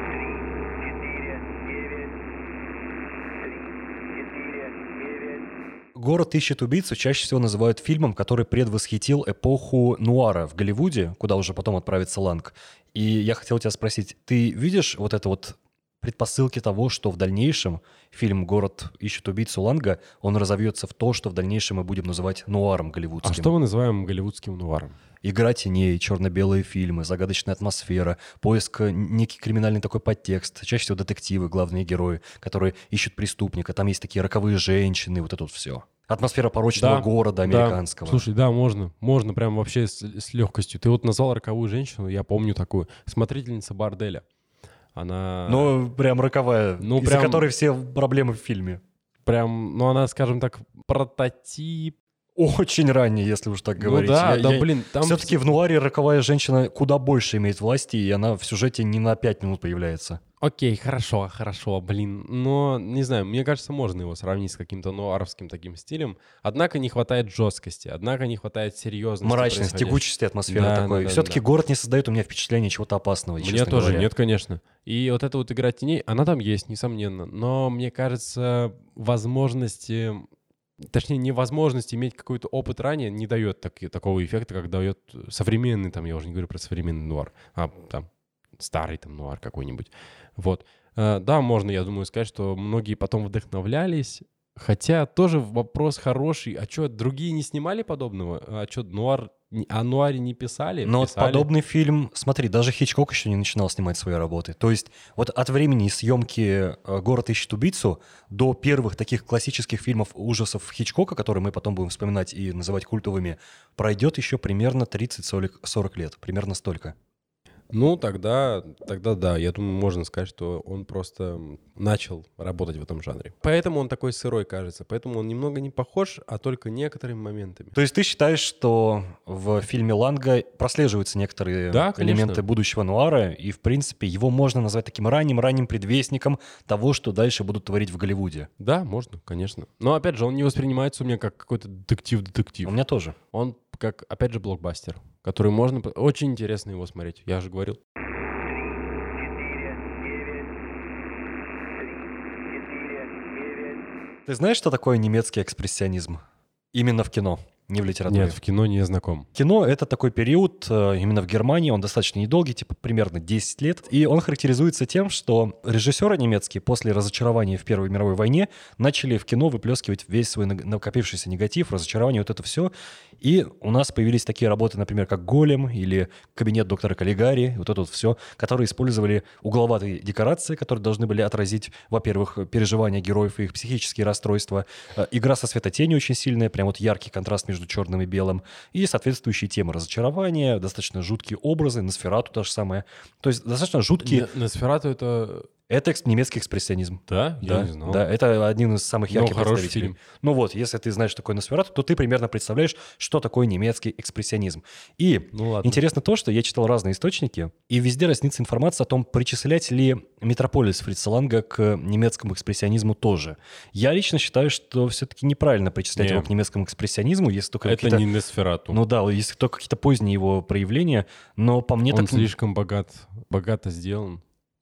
«Город ищет убийцу» чаще всего называют фильмом, который предвосхитил эпоху нуара в Голливуде, куда уже потом отправится Ланг. И я хотел тебя спросить, ты видишь вот это вот предпосылки того, что в дальнейшем фильм «Город ищет убийцу» Ланга, он разовьется в то, что в дальнейшем мы будем называть нуаром голливудским? А что мы называем голливудским нуаром? Игра теней, черно-белые фильмы, загадочная атмосфера, поиск, некий криминальный такой подтекст. Чаще всего детективы, главные герои, которые ищут преступника. Там есть такие роковые женщины, вот это вот все. Атмосфера порочного города американского. Да. Слушай, да, можно прям вообще с легкостью. Ты вот назвал роковую женщину, я помню такую. Смотрительница борделя. Она... прям роковая, из-за которой все проблемы в фильме. Прям, она, скажем так, прототип. Очень ранний, если уж так говорить. Там... Все-таки в нуаре роковая женщина куда больше имеет власти, и она в сюжете не на 5 минут появляется. Окей, хорошо, но, не знаю, мне кажется, можно его сравнить с каким-то нуаровским таким стилем, однако не хватает жесткости, однако не хватает серьезности. Мрачности, тягучести атмосферы такой. Все-таки город не создает у меня впечатления чего-то опасного, Мне тоже говоря. Нет, конечно. И вот эта вот игра теней, она там есть, несомненно, но мне кажется, возможности... Точнее, невозможность иметь какой-то опыт ранее не дает такого эффекта, как дает современный, я уже не говорю про современный нуар, а там старый нуар какой-нибудь. Вот. Да, можно, я думаю, сказать, что многие потом вдохновлялись, хотя тоже вопрос хороший. А что, другие не снимали подобного? А что, о нуаре не писали? Но писали. Подобный фильм, смотри, даже Хичкок еще не начинал снимать свои работы. То есть вот от времени съемки «Город ищет убийцу» до первых таких классических фильмов ужасов Хичкока, которые мы потом будем вспоминать и называть культовыми, пройдет еще примерно 30-40 лет, примерно столько. Тогда да, я думаю, можно сказать, что он просто начал работать в этом жанре. Поэтому он такой сырой кажется, поэтому он немного не похож, а только некоторыми моментами. То есть ты считаешь, что в фильме Ланга прослеживаются некоторые элементы будущего нуара, и, в принципе, его можно назвать таким ранним предвестником того, что дальше будут творить в Голливуде? Да, можно, конечно. Но, опять же, он не воспринимается у меня как какой-то детектив. У меня тоже. Он как, опять же, блокбастер, который можно... Очень интересно его смотреть, я же говорил. Ты знаешь, что такое немецкий экспрессионизм? Именно в кино, не в литературе. Нет, в кино не знаком. Кино — это такой период именно в Германии, он достаточно недолгий, примерно 10 лет, и он характеризуется тем, что режиссеры немецкие после разочарования в Первой мировой войне начали в кино выплескивать весь свой накопившийся негатив, разочарование, вот это все. И у нас появились такие работы, например, как «Голем» или «Кабинет доктора Каллигари», вот это вот все, которые использовали угловатые декорации, которые должны были отразить, во-первых, переживания героев и их психические расстройства. Игра со светотенью очень сильная, прям вот яркий контраст между черным и белым, и соответствующие темы разочарования, достаточно жуткие образы, Носферату то же самое. То есть достаточно жуткие... Носферату — это Это немецкий экспрессионизм. Да? Да, Я не знал. да, это один из самых ярких хороший представителей. фильм. Ну вот, если ты знаешь, что такое Носферату, то ты примерно представляешь, что такое немецкий экспрессионизм. И Ну ладно. интересно то, что я читал разные источники, и везде разнится информация о том, причислять ли Метрополис Фрица Ланга к немецкому экспрессионизму тоже. Я лично считаю, что все-таки неправильно причислять Не. его к немецкому экспрессионизму, если только Это какие-то... не Носферату. Ну да, если только какие-то поздние его проявления, но по мне Он так... слишком богато сделан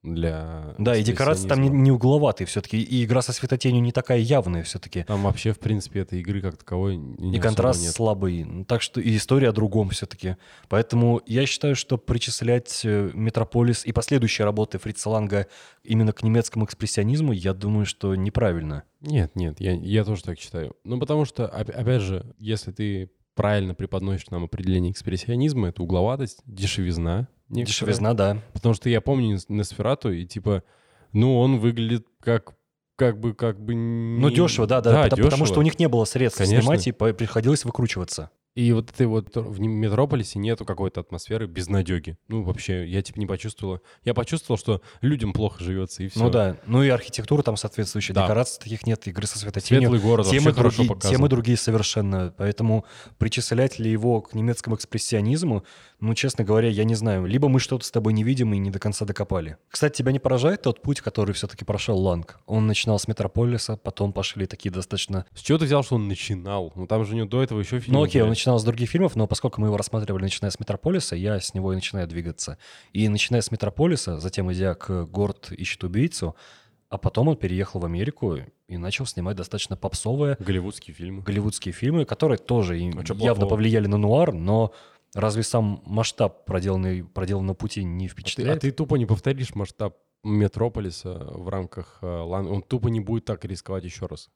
для Да, и декорации там экспрессионизма. не угловатые все-таки, и игра со светотенью не такая явная все-таки. Там вообще, в принципе, этой игры как таковой не И особо контраст нет. слабый. Ну, так что и история о другом все-таки. Поэтому я считаю, что причислять Метрополис и последующие работы Фрица Ланга именно к немецкому экспрессионизму, я думаю, что неправильно. Нет, я тоже так считаю. Ну, потому что, опять же, если ты правильно преподносишь нам определение экспрессионизма, это угловатость, дешевизна. некоторая. Дешевизна, да. Потому что я помню Носферату, и типа, ну, он выглядит как бы... Ну, дешево, да. Потому дешево. что у них не было средств Конечно. снимать, и приходилось выкручиваться. И вот этой вот в Метрополисе нету какой-то атмосферы безнадеги. Ну, вообще, я типа не почувствовал. Я почувствовал, что людям плохо живется, и все. Ну да. Ну и архитектура там соответствующая, Да. декораций таких нет, игры со светотенью. Светлый город вообще хорошо показан. Темы другие совершенно. Поэтому причислять ли его к немецкому экспрессионизму, ну, честно говоря, я не знаю. Либо мы что-то с тобой не видим и не до конца докопали. Кстати, тебя не поражает тот путь, который все-таки прошел Ланг? Он начинал с Метрополиса, потом пошли такие достаточно... С чего ты взял, что он начинал? Ну, там же у него до этого еще фильмы Ну окей, он были. начинал с других фильмов, но поскольку мы его рассматривали, начиная с Метрополиса, я с него и начинаю двигаться. И начиная с Метрополиса, затем идя к «Город ищет убийцу», а потом он переехал в Америку и начал снимать достаточно попсовые Голливудские фильмы. голливудские фильмы, которые тоже А чё явно плохого? повлияли на нуар, но разве сам масштаб проделанного пути не А впечатляет? ты тупо не повторишь масштаб Метрополиса в рамках Он тупо не будет так рисковать еще раз.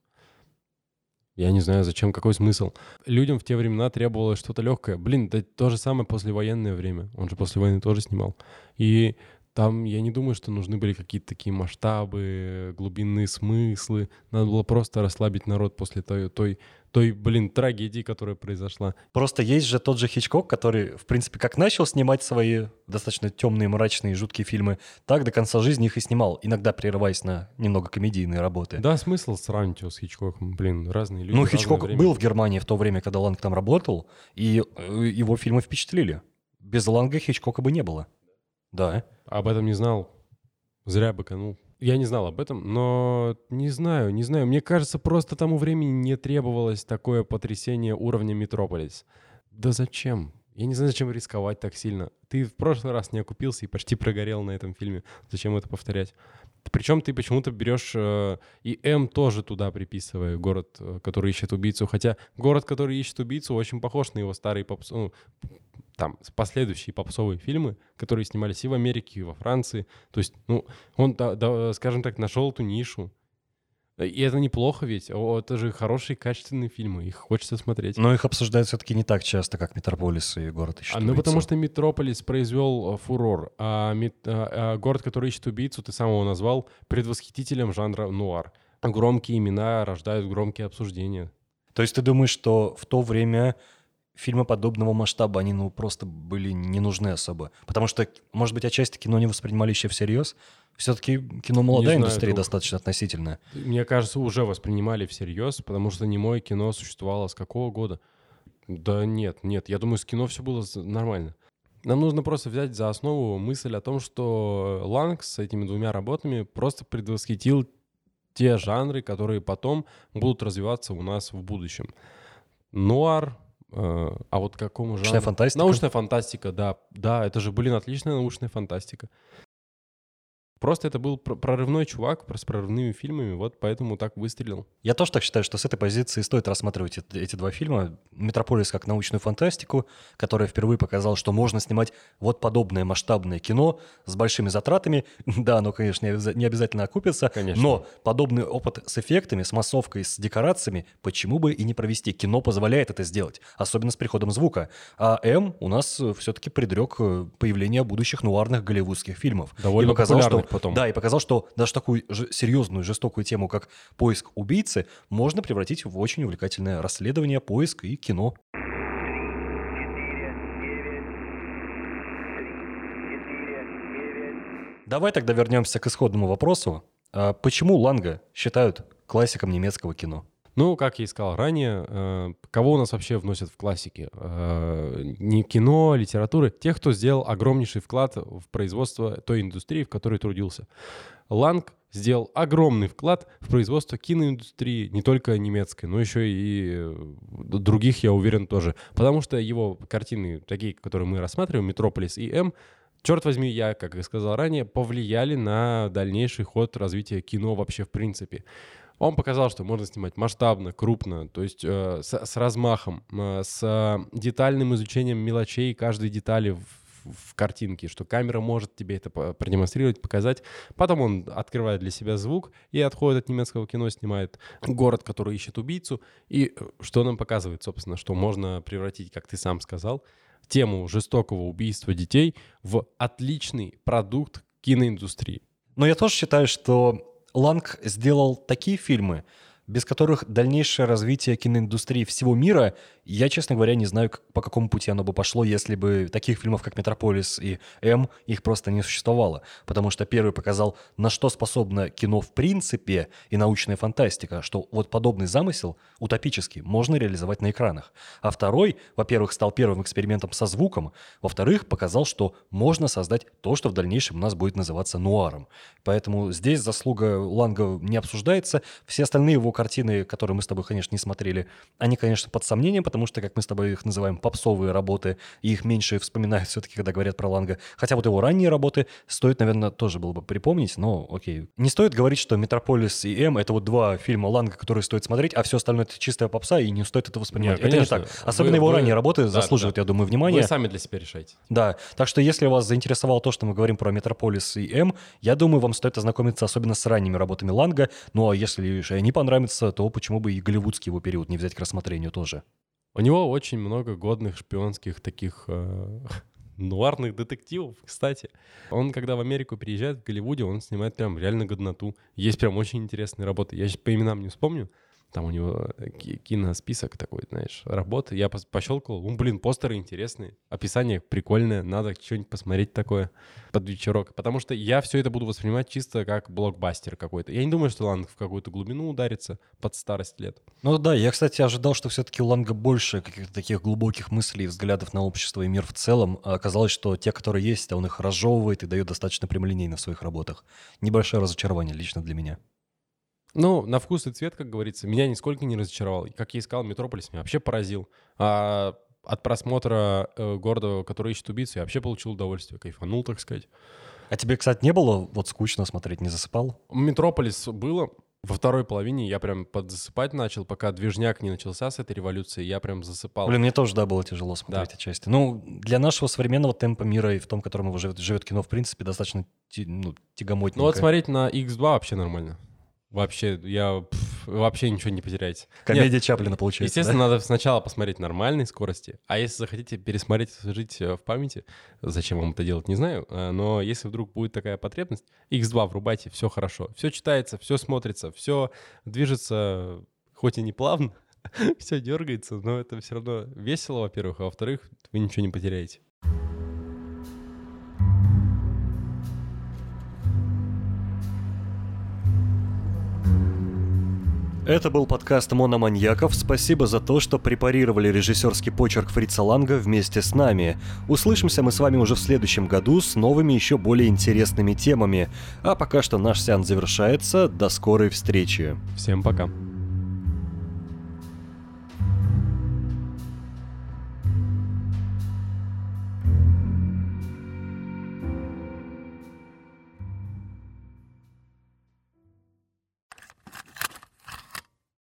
Я не знаю, зачем, какой смысл. Людям в те времена требовалось что-то легкое. Блин, да то же самое послевоенное время. Он же после войны тоже снимал. И там, я не думаю, что нужны были какие-то такие масштабы, глубинные смыслы. Надо было просто расслабить народ после той трагедии, которая произошла. Просто есть же тот же Хичкок, который, в принципе, как начал снимать свои достаточно темные, мрачные, жуткие фильмы, так до конца жизни их и снимал, иногда прерываясь на немного комедийные работы. Да, смысл сравнивать его с Хичкоком. Блин, разные люди. Ну, разное Хичкок время. был в Германии в то время, когда Ланг там работал, и его фильмы впечатлили. Без Ланга Хичкока бы не было. Да. Об этом не знал. Зря быканул. Я не знал об этом, но не знаю. Мне кажется, просто тому времени не требовалось такое потрясение уровня Метрополис. Да зачем? Я не знаю, зачем рисковать так сильно. Ты в прошлый раз не окупился и почти прогорел на этом фильме. Зачем это повторять? Причем ты почему-то берешь и М тоже туда приписывая, город, который ищет убийцу. Хотя город, который ищет убийцу, очень похож на его старые там последующие попсовые фильмы, которые снимались и в Америке, и во Франции. То есть, он, скажем так, нашел эту нишу. И это неплохо ведь. Это же хорошие, качественные фильмы. Их хочется смотреть. Но их обсуждают все-таки не так часто, как Метрополис и «Город ищет убийцу». Потому что «Метрополис» произвел фурор, а «Город, который ищет убийцу», ты сам его назвал предвосхитителем жанра нуар. Громкие имена рождают громкие обсуждения. То есть ты думаешь, что в то время фильмы подобного масштаба, они просто были не нужны особо? Потому что, может быть, отчасти кино не воспринимали еще всерьез? Все-таки кино молодая знаю, индустрия это- достаточно относительная. Мне кажется, уже воспринимали всерьез, потому что немое кино существовало с какого года? Да нет. Я думаю, с кино все было нормально. Нам нужно просто взять за основу мысль о том, что Ланг с этими двумя работами просто предвосхитил те жанры, которые потом будут развиваться у нас в будущем. Нуар, а вот к какому жанру? Научная фантастика? Научная фантастика, да. Да, это же, отличная научная фантастика. Просто это был прорывной чувак с прорывными фильмами, вот поэтому так выстрелил. Я тоже так считаю, что с этой позиции стоит рассматривать эти два фильма. «Метрополис» как научную фантастику, которая впервые показала, что можно снимать вот подобное масштабное кино с большими затратами. Да, оно, конечно, не обязательно окупится, Конечно. но подобный опыт с эффектами, с массовкой, с декорациями, почему бы и не провести? Кино позволяет это сделать, особенно с приходом звука. А М у нас все-таки предрек появление будущих нуарных голливудских фильмов. Довольно И показал, популярных что, потом. Да, и показал, что даже такую серьезную, жестокую тему, как поиск убийцы, можно превратить в очень увлекательное расследование, поиск и кино. Давай тогда вернемся к исходному вопросу. Почему Ланга считают классиком немецкого кино? Ну, как я и сказал ранее, кого у нас вообще вносят в классики? Не кино, литературы. Тех, кто сделал огромнейший вклад в производство той индустрии, в которой трудился. Ланг сделал огромный вклад в производство киноиндустрии, не только немецкой, но еще и других, я уверен, тоже. Потому что его картины, такие, которые мы рассматриваем, «Метрополис» и «М», черт возьми, я, как и сказал ранее, повлияли на дальнейший ход развития кино вообще в принципе. Он показал, что можно снимать масштабно, крупно, то есть с размахом, с детальным изучением мелочей каждой детали в картинке, что камера может тебе это продемонстрировать, показать. Потом он открывает для себя звук и отходит от немецкого кино, снимает город, который ищет убийцу. И что нам показывает, собственно, что можно превратить, как ты сам сказал, тему жестокого убийства детей в отличный продукт киноиндустрии. Но я тоже считаю, что Ланг сделал такие фильмы, без которых дальнейшее развитие киноиндустрии всего мира, я, честно говоря, не знаю, по какому пути оно бы пошло, если бы таких фильмов, как «Метрополис» и «М», их просто не существовало. Потому что первый показал, на что способно кино в принципе и научная фантастика, что вот подобный замысел, утопический, можно реализовать на экранах. А второй, во-первых, стал первым экспериментом со звуком, во-вторых, показал, что можно создать то, что в дальнейшем у нас будет называться нуаром. Поэтому здесь заслуга Ланга не обсуждается. Все остальные его картины, которые мы с тобой, конечно, не смотрели, они, конечно, под сомнением, потому что, как мы с тобой их называем, попсовые работы, и их меньше вспоминают все-таки, когда говорят про Ланга. Хотя вот его ранние работы стоит, наверное, тоже было бы припомнить, но окей. Не стоит говорить, что «Метрополис» и «М» — это вот два фильма Ланга, которые стоит смотреть, а все остальное — это чистая попса, и не стоит это воспринимать. Нет, это не так. Особенно его ранние работы заслуживают, я думаю, внимания. Вы сами для себя решайте. Да, так что если вас заинтересовало то, что мы говорим про «Метрополис» и «М», я думаю, вам стоит ознакомиться особенно с ранними работами Ланга, ну а если они понравятся, то почему бы и голливудский его период не взять к рассмотрению тоже? У него очень много годных шпионских таких нуарных детективов, кстати. Он, когда в Америку приезжает, в Голливуде, он снимает прям реально годноту. Есть прям очень интересные работы. Я сейчас по именам не вспомню. Там у него киносписок такой, знаешь, работы. Я пощелкал. Постеры интересные. Описание прикольное. Надо что-нибудь посмотреть такое под вечерок. Потому что я все это буду воспринимать чисто как блокбастер какой-то. Я не думаю, что Ланг в какую-то глубину ударится под старость лет. Ну да, я, кстати, ожидал, что все-таки у Ланга больше каких-то таких глубоких мыслей и взглядов на общество и мир в целом. А оказалось, что те, которые есть, он их разжевывает и дает достаточно прямолинейно в своих работах. Небольшое разочарование лично для меня. Ну, на вкус и цвет, как говорится, меня нисколько не разочаровал. Как я и сказал, «Метрополис» меня вообще поразил. А от просмотра города, который ищет убийцу, я вообще получил удовольствие, кайфанул, так сказать. А тебе, кстати, не было вот скучно смотреть, не засыпал? «Метрополис» было. Во второй половине я прям подзасыпать начал, пока движняк не начался с этой революции, я прям засыпал. Блин, мне тоже, да, было тяжело смотреть отчасти. Ну, для нашего современного темпа мира и в том, в котором живет кино, в принципе, достаточно тягомотненько. Ну вот смотреть на X2 вообще нормально. Вообще, вообще ничего не потеряете. Комедия Чаплина получается. Естественно, надо сначала посмотреть нормальной скорости, а если захотите пересмотреть, жить в памяти, зачем вам это делать, не знаю, но если вдруг будет такая потребность, X2 врубайте, все хорошо. Все читается, все смотрится, все движется, хоть и не плавно, все дергается, но это все равно весело, во-первых, а во-вторых, вы ничего не потеряете. Это был подкаст «Мономаньяков». Спасибо за то, что препарировали режиссерский почерк Фрица Ланга вместе с нами. Услышимся мы с вами уже в следующем году с новыми еще более интересными темами. А пока что наш сеанс завершается. До скорой встречи. Всем пока.